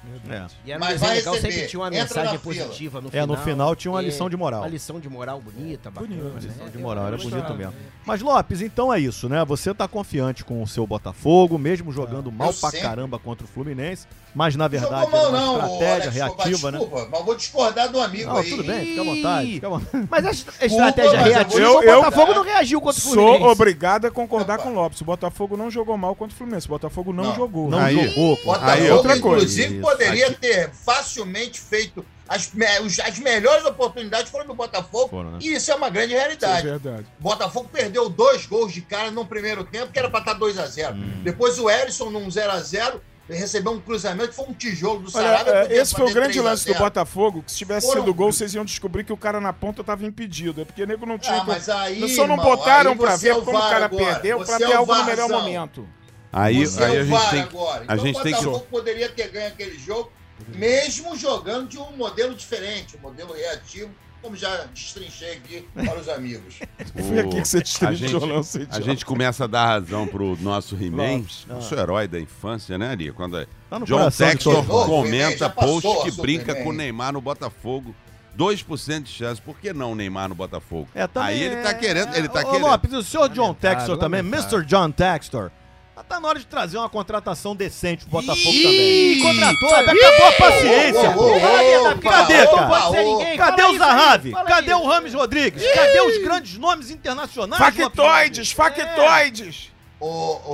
É. E era um Mas desenho vai legal, receber. sempre tinha uma Entra mensagem na fila. positiva no É, final. no final tinha uma e lição de moral. Uma lição de moral bonita, bacana. Bonito, né? Lição de Eu- moral, eu era gostava. bonito mesmo. Mas, Lopes, então é isso, né? Você tá confiante com o seu Botafogo, mesmo jogando mal pra sempre. caramba contra o Fluminense, mas na verdade Jogou mal, era uma não, estratégia Alex, reativa, né? desculpa, mas vou discordar do amigo Não, aí. tudo bem, fica à vontade, fica à vontade. Mas a est- a estratégia mas eu reativa, vou- o eu- Botafogo eu- não reagiu contra o Sou Fluminense. obrigado a concordar Opa. com o Lopes. O Botafogo não jogou mal contra o Fluminense. O Botafogo não, Não. jogou. Não Aí- jogou, pô. Botafogo, Aí, outra coisa. inclusive, Isso. poderia Aqui- ter facilmente feito. As, me- os- as melhores oportunidades foram do Botafogo. Foram, né? E isso é uma grande Isso é realidade. verdade. Botafogo perdeu dois gols de cara no primeiro tempo, que era para estar dois a zero. Hum. Depois o Erisson, num zero a zero, recebeu um cruzamento que foi um tijolo do Olha, Sarabia. é, podia esse foi o fazer grande três a lance do zero. Botafogo, que se tivesse Foram- sido gol, vocês iam descobrir que o cara na ponta estava impedido. É porque o nego não tinha... Ah, mas aí, só não irmão, botaram aí pra você é ver o como o VAR cara agora. perdeu, pra Você ter é o algo no melhor VARzão. momento. Aí, Você aí é a o gente VAR tem, agora. a Então gente o tem que... Botafogo poderia ter ganho aquele jogo, mesmo jogando de um modelo diferente, um modelo reativo, como já destrinchei aqui para os amigos. Foi aqui que você a destrinchou, gente, não sei a idiota. gente começa a dar razão pro nosso He-Man, Lopes. nosso herói da infância, né, Ari? Quando é- Tá no John coração de Textor todo mundo. comenta Já passou post que a brinca Superman. com o Neymar no Botafogo. dois por cento de chance. Por que não o Neymar no Botafogo? É, também Aí ele tá é- querendo, ele tá Ô, querendo. Lopes, e o senhor John Lamentável, Textor também, lamentável. mister John Textor, tá na hora de trazer uma contratação decente pro Botafogo Ih, também. contratou, Sabe, ih, acabou a paciência. ô, ô, ô, Fala a verdade, opa, cadê, opa, Não pode ser ô, ninguém. Cadê Fala o isso aí, Zahavi? fala Cadê aí. o Rames Rodrigues? Cadê os grandes nomes internacionais? Factoides, factoides! O,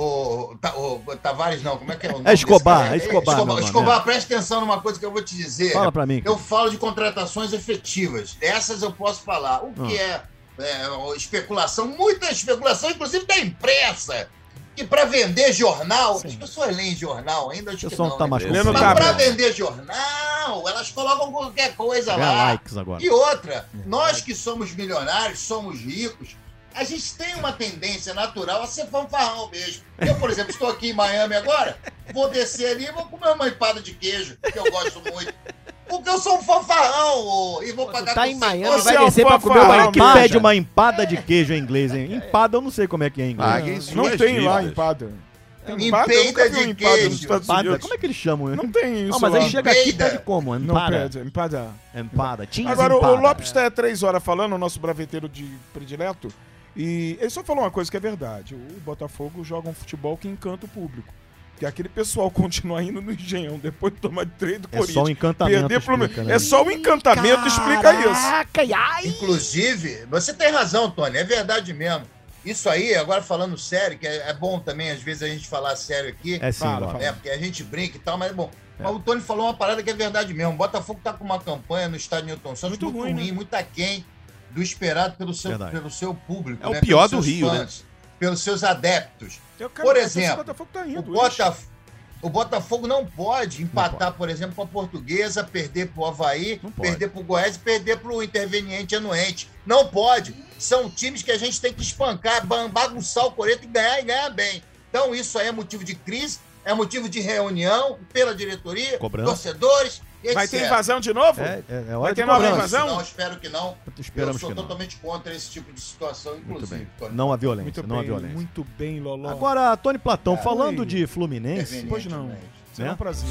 o, Ta- o Tavares, não, como é que é o nome É Escobar, desse cara? é Escobar, meu Escobar, nome, Escobar, é. presta atenção numa coisa que eu vou te dizer. Fala pra mim. Eu falo de contratações efetivas. Essas eu posso falar. O que é, é, especulação, muita especulação, inclusive da imprensa. Que para vender jornal, as pessoas leem jornal ainda, acho O que pessoal não. não tá né? mais Lendo Mas tá para bem. vender jornal, elas colocam qualquer coisa Ganha lá. likes agora. E outra, nós que somos milionários, somos ricos, a gente tem uma tendência natural a ser fanfarrão mesmo. Eu, por exemplo, estou aqui em Miami agora, vou descer ali e vou comer uma empada de queijo, que eu gosto muito. Porque eu sou um fanfarrão, ô, e vou Tu pagar tá com em cem Miami, dólares. vai Você é um descer pra comer uma fanfarrão, Como é que empada. pede uma empada de queijo em inglês, hein? Empada eu não sei como é que é em inglês. Paguem Não suas tem lá dívidas. empada. Tem Empada Eu nunca de vi um empada queijo. nos Estados Empada, Unidos. como é que eles chamam? Não tem isso Não, mas lá. aí chega aqui e Empada. pede como? Não Empada. pede, empada. Empada. Tinha Agora, o empada. Lopes está há três horas falando, o nosso braveteiro de predileto, e ele só falou uma coisa que é verdade. O Botafogo joga um futebol que encanta o público. Que aquele pessoal continua indo no Engenhão depois de tomar de três do É Corinthians. só o encantamento Perder pro... explica, né? É só o encantamento explica isso. Caraca, e ai. Inclusive, você tem razão, Tony, é verdade mesmo. Isso aí, agora falando sério, que é, é bom também às vezes a gente falar sério aqui, É sim, Fala, Lopes. fala. né? Porque a gente brinca e tal, mas é bom. Mas o Tony falou uma parada que é verdade mesmo. O Botafogo tá com uma campanha no estádio Newton Santos Muito muito, ruim, ruim, né? muito aquém do esperado pelo seu, Verdade. pelo seu público. É o né? pior Pelos do seus Rio, né? fãs, pelos seus adeptos. Eu quero Por ver se exemplo, o Botafogo tá O, indo. Botaf... o Botafogo não pode empatar, por exemplo, com a Portuguesa, perder pro Havaí, Não pode. perder pro Goiás e perder pro Interveniente Anuente. Não pode. São times que a gente tem que espancar, ba- bagunçar o coreto e ganhar e ganhar bem. Então isso aí é motivo de crise, é motivo de reunião pela diretoria, Cobrança. torcedores, etcétera. Vai ter invasão de novo? É, é, é hora Vai de ter nova cobrança. invasão? Não, espero que não. Esperamos Eu sou que não. totalmente contra esse tipo de situação, Muito inclusive. bem. Tony. Não a violência, Muito não a bem, violência. muito bem, Loló. Agora, Tony Platão, É, falando oi. de Fluminense, Interveniente Pois não. Anuente. Será né? um prazer.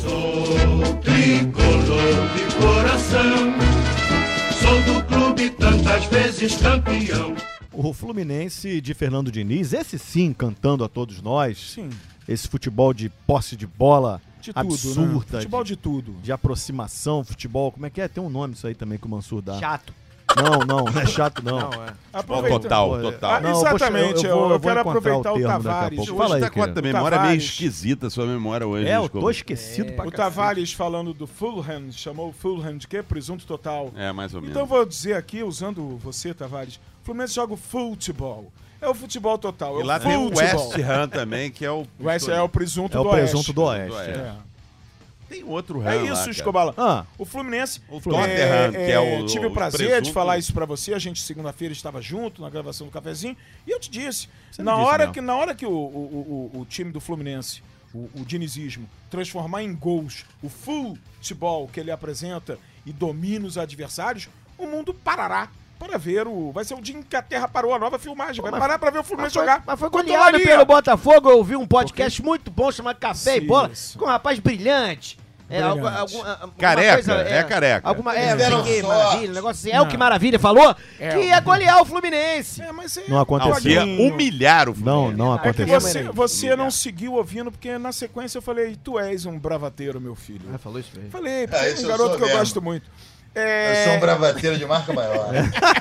Tricolor de coração, sou do clube tantas vezes campeão. o Fluminense de Fernando Diniz, esse sim cantando a todos nós, Sim, esse futebol de posse de bola de tudo, absurda, né? Futebol de, de tudo. de aproximação, futebol, como é que é? Tem um nome isso aí também que o Mansur dá. Chato. Não, não, não é chato não. Não, é. Aproveita- Total, Pô, total. Ah, Não, eu vou- exatamente, eu, eu vou- eu vou quero encontrar aproveitar o o, termo daqui a Tavares. pouco. Hoje Fala aí, tá com a querido. memória meio Tavares. esquisita, a sua memória hoje. É, eu Escobar. tô esquecido pra O cacete. Tavares falando do Fulham, chamou o Fulham de quê? Presunto total. É, mais ou menos. Então eu vou dizer aqui, usando você, Tavares, o Fluminense joga o futebol. É o futebol total. É E lá o tem o futebol. West Ham também, que é o... O West é o presunto É o do presunto do Oeste. Oeste. Do É, Tem outro é Ham lá, isso, cara. Escobar. Ah, O Fluminense. O Tottenham, que é o- Tive o o prazer de presunto. falar isso pra você. A gente, segunda-feira, estava junto na gravação do cafezinho. E eu te disse: Você na me disse hora, mesmo. que, na hora que o, o, o, o time do Fluminense, o, o dinizismo, transformar em gols o futebol que ele apresenta e domina os adversários, o mundo parará para ver o. Vai ser o dia em que a Terra parou a nova filmagem. Vai mas- parar para ver o Mas Fluminense foi, jogar. mas foi contra o goleado Bahia. pelo Botafogo. Eu ouvi um podcast muito bom chamado Café e Bola, Isso. com um rapaz brilhante, É, algu- Brilhante. alguma, alguma Careca, coisa, é careca. Alguma, é, Eles não sei deram que, sorte. maravilha, um negócio assim. É o que Maravilha falou É, que o- ia golear o Fluminense. É, mas é, Não aconteceu. Não, ia Toguinho. humilhar o Não, Fluminense. não É É que aconteceu. você, Humilhar. você não seguiu ouvindo, porque na sequência eu falei, tu és um bravateiro, meu filho. Ah, falou isso mesmo. Falei, porque Ah, é isso um eu garoto sou que eu mesmo. gosto muito. Eu É, sou um bravateiro de marca maior.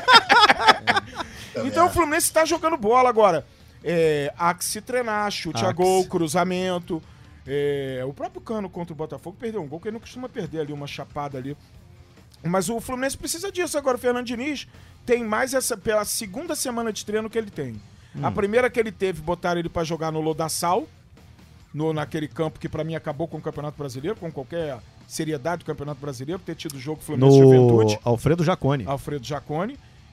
Então o Fluminense tá jogando bola agora. É, há que se treinar, chute a Há que gol, se- cruzamento. É, o próprio Cano contra o Botafogo perdeu um gol, que ele não costuma perder ali, uma chapada ali. Mas o Fluminense precisa disso agora. O Fernando Diniz tem mais essa, pela segunda semana de treino que ele tem. A primeira que ele teve, botaram ele pra jogar no Lodaçal, no, naquele campo que pra mim acabou com o Campeonato Brasileiro, com qualquer seriedade do Campeonato Brasileiro, ter tido jogo Fluminense e No Juventude. Alfredo Jaconi. Alfredo Jaconi.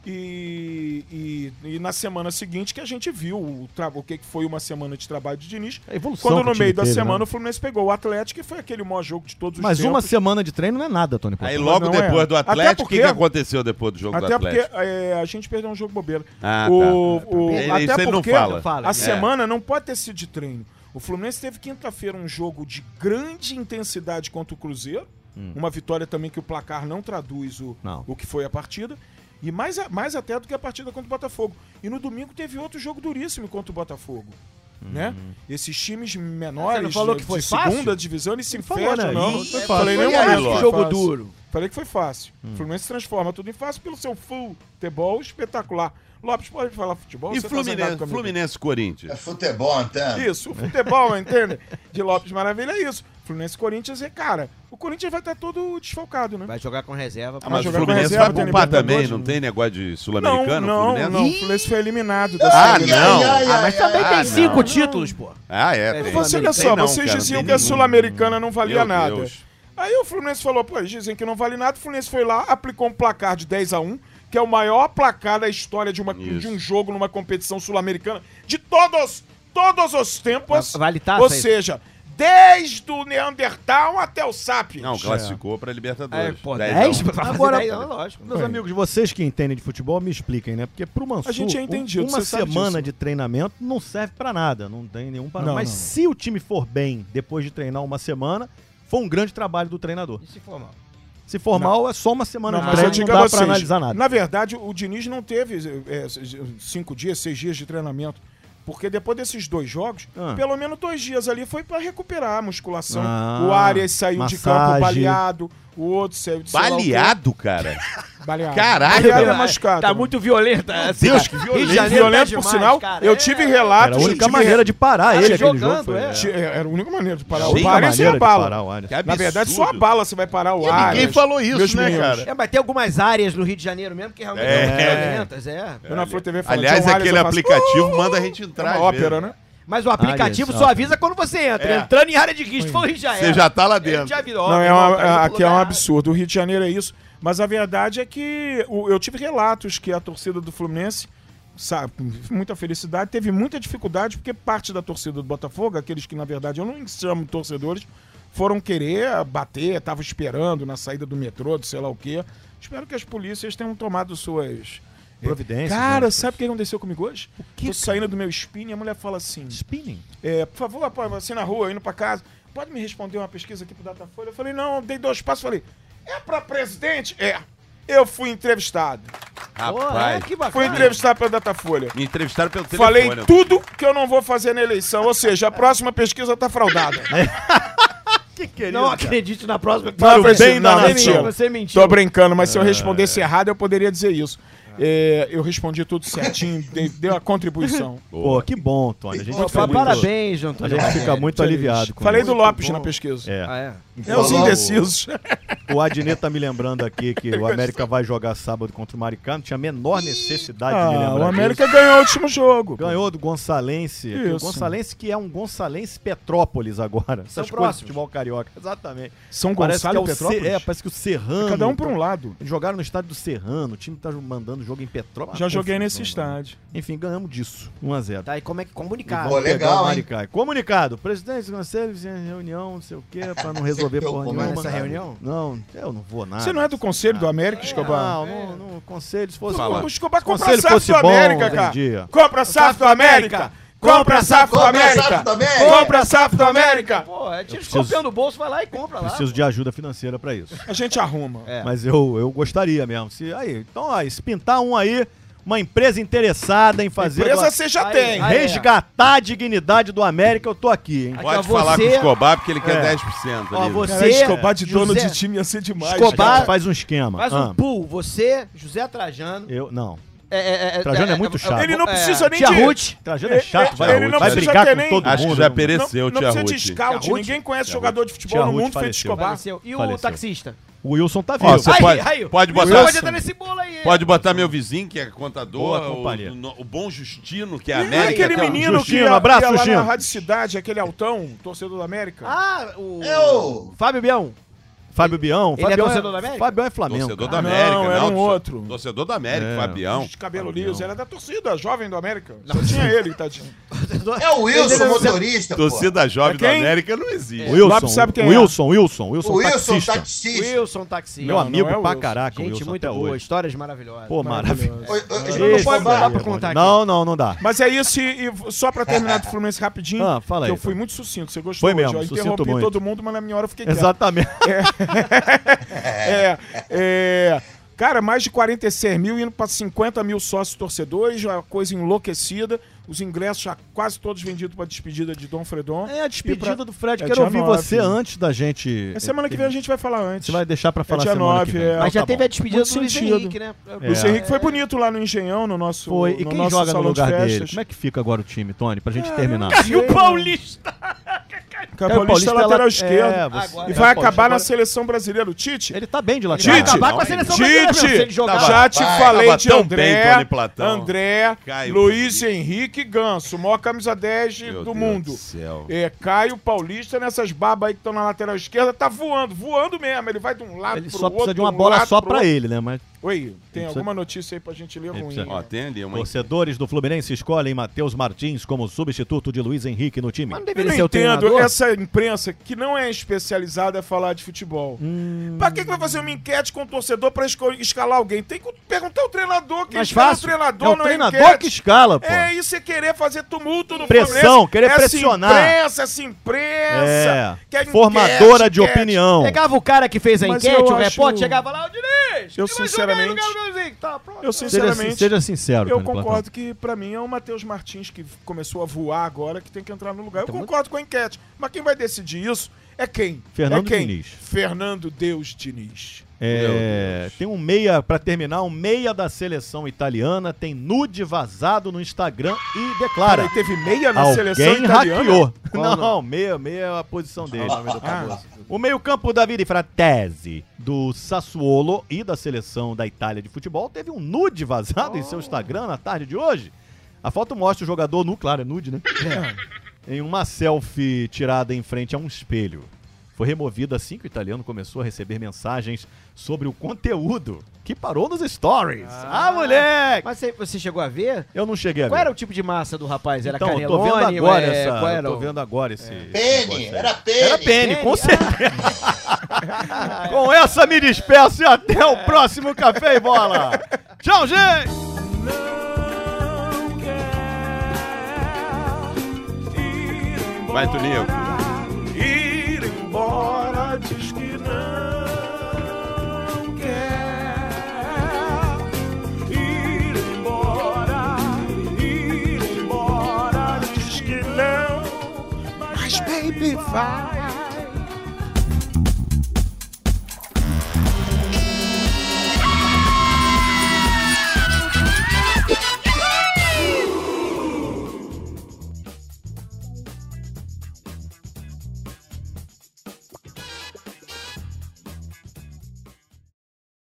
E, e, e na semana seguinte que a gente viu o, tra- o que que foi uma semana de trabalho de Diniz. A evolução Quando que o no time meio da teve, semana né? o Fluminense pegou o Atlético, que foi aquele maior jogo de todos os Mas tempos. uma semana de treino não é nada, Tony Platão. Aí logo Não depois é. do Até Atlético, o que, porque- que aconteceu depois do jogo do Até porque Atlético? é, a gente perdeu um jogo bobeira. Ah, o, tá. o- Ele- até isso ele não porque fala. fala, a é. semana não pode ter sido de treino. O Fluminense teve quinta-feira um jogo de grande intensidade contra o Cruzeiro. Uma vitória também que o placar não traduz o, Não. o que foi a partida. E mais, a- mais até do que a partida contra o Botafogo. E no domingo teve outro jogo duríssimo contra o Botafogo. Né? Esses times menores Você não falou de, que foi de fácil? segunda divisão, eles se falou, enfrentam, né? não. Ih, foi Eu fácil. Falei Foi nem aí, uma vez Ló. que jogo foi fácil. duro. Falei que foi fácil. O Fluminense transforma tudo em fácil pelo seu futebol espetacular. Lopes, pode falar futebol? E Você tá zangado Fluminense, comigo? Fluminense É Corinthians? futebol, então. Isso, o futebol, entende? De Lopes Maravilha é isso. Fluminense e Corinthians é, cara, o Corinthians vai estar todo desfalcado, né? Vai jogar com reserva. Ah, mas o jogar com Fluminense reserva, vai tem poupar Libertadores, também, não né? tem negócio de Não, sul-americano? não, Fluminense? não. O Fluminense foi eliminado da Ah, Sul-Americana. não. Ah, mas também Ah, tem não. cinco títulos, pô. Ah, é. É, tem. Você, olha Tem só, não, vocês cara, diziam tem que a nenhum. Sul-Americana não valia Meu nada. Deus. Aí o Fluminense falou, pô, eles dizem que não vale nada. O Fluminense foi lá, aplicou um placar de dez a um, que é o maior placar da história de, uma, Isso. de um jogo numa competição sul-americana de todos, todos os tempos. Va- vale taça, Ou é isso? seja, desde o Neandertal até o Sapiens. Não, classificou pra Libertadores. É, pô, dez dez? a um. Pra fazer Agora- dez, não, lógico. Meus amigos, vocês que entendem de futebol, me expliquem, né? Porque pro Mansur, A gente é um- entendido, uma você sabe semana disso. de treinamento não serve pra nada, não tem nenhum para. Não, Mas não. se o time for bem depois de treinar uma semana, foi um grande trabalho do treinador. E se for mal? Se for mal, é só uma semana Não, de mas eu treino, digo não a dá pra vocês, analisar nada. na verdade, o Diniz não teve é, cinco dias, seis dias de treinamento. Porque depois desses dois jogos, Ah. pelo menos dois dias ali foi pra recuperar a musculação. Ah, o Arias saiu de campo massagem. baleado, o outro saiu de sei lá o quê. Baleado, cara. Baleado. Caralho, Baleado é velho. machucado. Tá muito violenta. Assim, Deus, que Rio de violento. Janeiro tá violento, por demais, sinal. cara. Eu É. tive Era relatos. a eu única tive maneira de parar Tá ele aquele jogando, jogo. Foi, é. Ti- Era a única maneira de parar. Sim, O única Arias e maneira a de bala. parar o Arias. Que Na verdade, só a absurdo. bala você vai parar o E Arias. ninguém falou isso, meus né, meninos. cara? É, mas tem algumas áreas no Rio de Janeiro mesmo que realmente É. são violentas, é. Eu na Flu T V falo, Aliás, John Arias, aquele eu faço, aplicativo manda a gente É entrar. uma às vezes. ópera, né? Mas o aplicativo Arias, só ó. avisa quando você entra. É. Entrando em área de risco, falou, já Você era. já tá lá Ele dentro. já virou. Não, é irmão, uma- tá indo pro aqui é um lugar. absurdo. O Rio de Janeiro é isso. Mas a verdade é que o- eu tive relatos que a torcida do Fluminense, sabe, com muita felicidade, teve muita dificuldade, porque parte da torcida do Botafogo, aqueles que na verdade eu não chamo torcedores, foram querer bater, estavam esperando na saída do metrô, de sei lá o quê. Espero que as polícias tenham tomado suas Providências, Cara, né? sabe o que aconteceu comigo hoje? O que, Tô saindo do meu spin e a mulher fala assim: Spinning? é, por favor, pô, você na rua, indo pra casa, pode me responder uma pesquisa aqui pro Datafolha? Eu falei, não, dei dois passos, falei, é pra presidente? É. Eu fui entrevistado. Rapaz, que bacana. Fui entrevistado pela Datafolha. me entrevistaram pelo telefone. Falei tudo que eu não vou fazer na eleição, ou seja, a próxima pesquisa tá fraudada. Que querido, Não cara. acredite na próxima. Não, bem bem, da não, nação. mentira. Você mentiu. Tô brincando, mas se eu respondesse errado, eu poderia dizer isso. É, eu respondi tudo certinho, dei, dei a contribuição. Pô, que bom, Tony. A gente Pô, fica muito, parabéns, João a Antônio. gente fica muito aliviado com Falei isso. do Lopes bom. na pesquisa. É. Ah, é? É os Falou. indecisos. O Adnet tá me lembrando aqui que o América vai jogar sábado contra o Maricá. Não tinha a menor necessidade de me Ah, lembrar o América disso. ganhou o último jogo. Ganhou do Gonçalense. O Isso. Gonçalense que é um Gonçalense Petrópolis agora. Essas coisas de próximos. futebol carioca. Exatamente. São Parece Gonçalo que e é, o Petrópolis? Ce- é, parece que o Serrano... Cada um por um lado. Eles jogaram no estádio do Serrano. O time tá mandando jogo em Petrópolis. Já Uma joguei confusão, nesse né? estádio. Enfim, ganhamos disso. um a zero. Tá, e como é que comunicar? Pô, legal, hein? Maricá. Comunicado. Presidente do Conselho, reunião, não sei o quê, pra não resolver Eu porra comento nenhuma. nessa reunião? Não, eu não vou nada. Você não é do Conselho do América, Escobar? Não, não, não. Conselho, se fosse... Fala. O Escobar Se compra a conselho S A F fosse do bom, América, cara. entendia. Compra a S A F do América. Compra a S A F do Compra a S A F América! do América! Compra a S A F do América! Pô, é tira o preciso- escorpião do bolso, vai lá e compra lá. Preciso de ajuda financeira pra isso. A gente arruma. É. Mas eu, eu gostaria mesmo. Se, aí, então, ó, se pintar um aí, uma empresa interessada em fazer... Empresa do- você já Aí, tem. aí. resgatar a dignidade do América, eu tô aqui, hein? Aqui, Pode ó, falar você- com o Escobar porque ele quer É. dez por cento Ó, ali. você- Cara, Escobar de dono José- de time ia ser demais. Escobar- cara. Faz um esquema. Faz Ah, um pool, você, José Trajano. eu, não. É, é, é, Trajano é muito chato. Ele não precisa nem Tia de- Ruth. Trajano é chato, Ele- vai, ele não vai precisa brigar ter com nem- todo Acho que mundo. já né? pereceu, Não, não tia precisa de Ruth. scout. Tia Ruth? Ninguém conhece Tia jogador Ruth. de futebol Tia no Ruth mundo feito faleceu. Escobar. Faleceu. E o Faleceu. taxista? O Wilson tá Ó, vivo. você Aí, pode, aí, pode o botar... Wilson pode entrar nesse bolo aí. Pode botar meu vizinho, que é contador, Boa companhia. o, o bom Justino, que é É América. aquele que é um- menino Justino, que ia, abraço, ia lá Justino. na Rádio Cidade, aquele altão, torcedor da América. Ah, o... Eu. Fábio Bião. Fábio Bião. Ele é Fabião torcedor da América? Fabião é Flamengo. Torcedor da cara. Não, América, era um torce- outro. Torcedor da América, É. Fabião. De cabelo Fabião. liso, era da torcida jovem do América. Só tinha ele, tadinho. É o Wilson, motorista, pô. Torcida jovem É da quem? América não existe. O Wilson, Lopes sabe quem é. Wilson, Wilson, Wilson, O Wilson, taxista. taxista. Wilson taxista. Meu Não, amigo não é o pra Wilson. caraca, o Gente, Wilson muito até boa. hoje. Histórias maravilhosas. Pô, maravilhoso. Oi, oi, Esse, oi, não pode Escobar. dar pra contar aqui. Não, não, não dá. Mas é isso, e, e só pra terminar do Fluminense rapidinho, Ah, fala aí, que eu fui então. muito sucinto, você gostou Foi mesmo, hoje. Eu sucinto interrompi muito. todo mundo, mas na minha hora eu fiquei quieto. Exatamente. É, é, cara, mais de quarenta e seis mil indo para cinquenta mil sócios torcedores, uma coisa enlouquecida. Os ingressos já quase todos vendidos para despedida de Dom Fredon. É a despedida E pra- do Fred. é Quero dia ouvir nove. você antes da gente. É semana que vem a gente vai falar antes. Você vai deixar pra falar dia semana nove, que vem. é. Mas já Tá teve bom. a despedida Muito do Luiz sentido. Henrique, né? É. Luiz Henrique foi bonito lá no Engenhão, no nosso, Foi. E no quem nosso joga no salão de lugar dele? festas. Como é que fica agora o time, Tony? Pra É, gente terminar. Caio Paulista! Caio Paulista é lateral ela- esquerdo. é, você- Agora- E Caio vai Paulista acabar na agora- seleção brasileira. O Tite? Ele tá bem de Ele lateral. vai Tite, acabar com a seleção brasileira mesmo, se ele Tite, jogar. já te Vai, falei tava de tão bem, André, Tony Platão. André, Caio Luiz Paulista. Henrique Ganso, maior camisa dez Meu do Deus mundo. do céu. É, Caio Paulista nessas babas aí que estão na lateral esquerda, tá voando, voando mesmo. Ele vai de um lado Ele pro só outro. precisa de uma um bola lado só pro pra outro. ele, né? Mas Oi, tem precisa- alguma notícia aí pra gente ler Ele ruim? precisa- Ó, tem ali uma... torcedores do Fluminense escolhem Matheus Martins como substituto de Luiz Henrique no time. Mas não Eu deveria não ser o entendo treinador? essa imprensa que não é especializada a falar de futebol. Hum. Pra que, que vai fazer uma enquete com o torcedor pra esco- escalar alguém? Tem que perguntar ao treinador, que Mais escala o fácil. treinador, É o não treinador enquete. que escala, pô. É isso, é querer fazer tumulto no Pressão, Fluminense. querer essa pressionar. Imprensa, essa imprensa. É. que enquete, Formadora de enquete. opinião. Pegava o cara que fez a Mas enquete, eu o acho- repórter chegava lá, o Diniz! Eu, ele vai sinceramente- jogar no lugar do Luizinho. Tá, pronto. Eu, Seja, sinceramente, seja sincero, eu Tony Platão. concordo que pra mim é o Matheus Martins que começou a voar agora que tem que entrar no lugar. Eu Então, concordo com a enquete. Mas quem vai decidir isso é quem? Fernando é quem? Diniz. Fernando Deus Diniz. É, tem um meia, pra terminar, um meia da seleção italiana tem nude vazado no Instagram e declara. Peraí, teve meia na Alguém seleção italiana? hackeou. Qual Não, meia, meia é a posição dele. Ah, O meio-campo Davide Fratesi, do Sassuolo e da seleção da Itália de futebol, teve um nude vazado em seu Instagram na tarde de hoje. A foto mostra o jogador nu, claro, é nude, né? Em uma selfie tirada em frente a um espelho. Foi removida assim que o italiano começou a receber mensagens sobre o conteúdo, que parou nos stories. Ah, moleque! Mas você, você chegou a ver? Eu não cheguei a ver. Qual era o tipo de massa do rapaz? Era Então, eu canelone? tô vendo agora é, essa. qual Eu era tô o- vendo agora esse. Pene, era pene. Era pene, Pene? com Ah. certeza. Com essa me despeço e até o próximo Café e Bola. Tchau, gente! Vai, Tuninho. Ir embora diz que não quer. Ir embora, ir embora diz que não. Mas baby vai.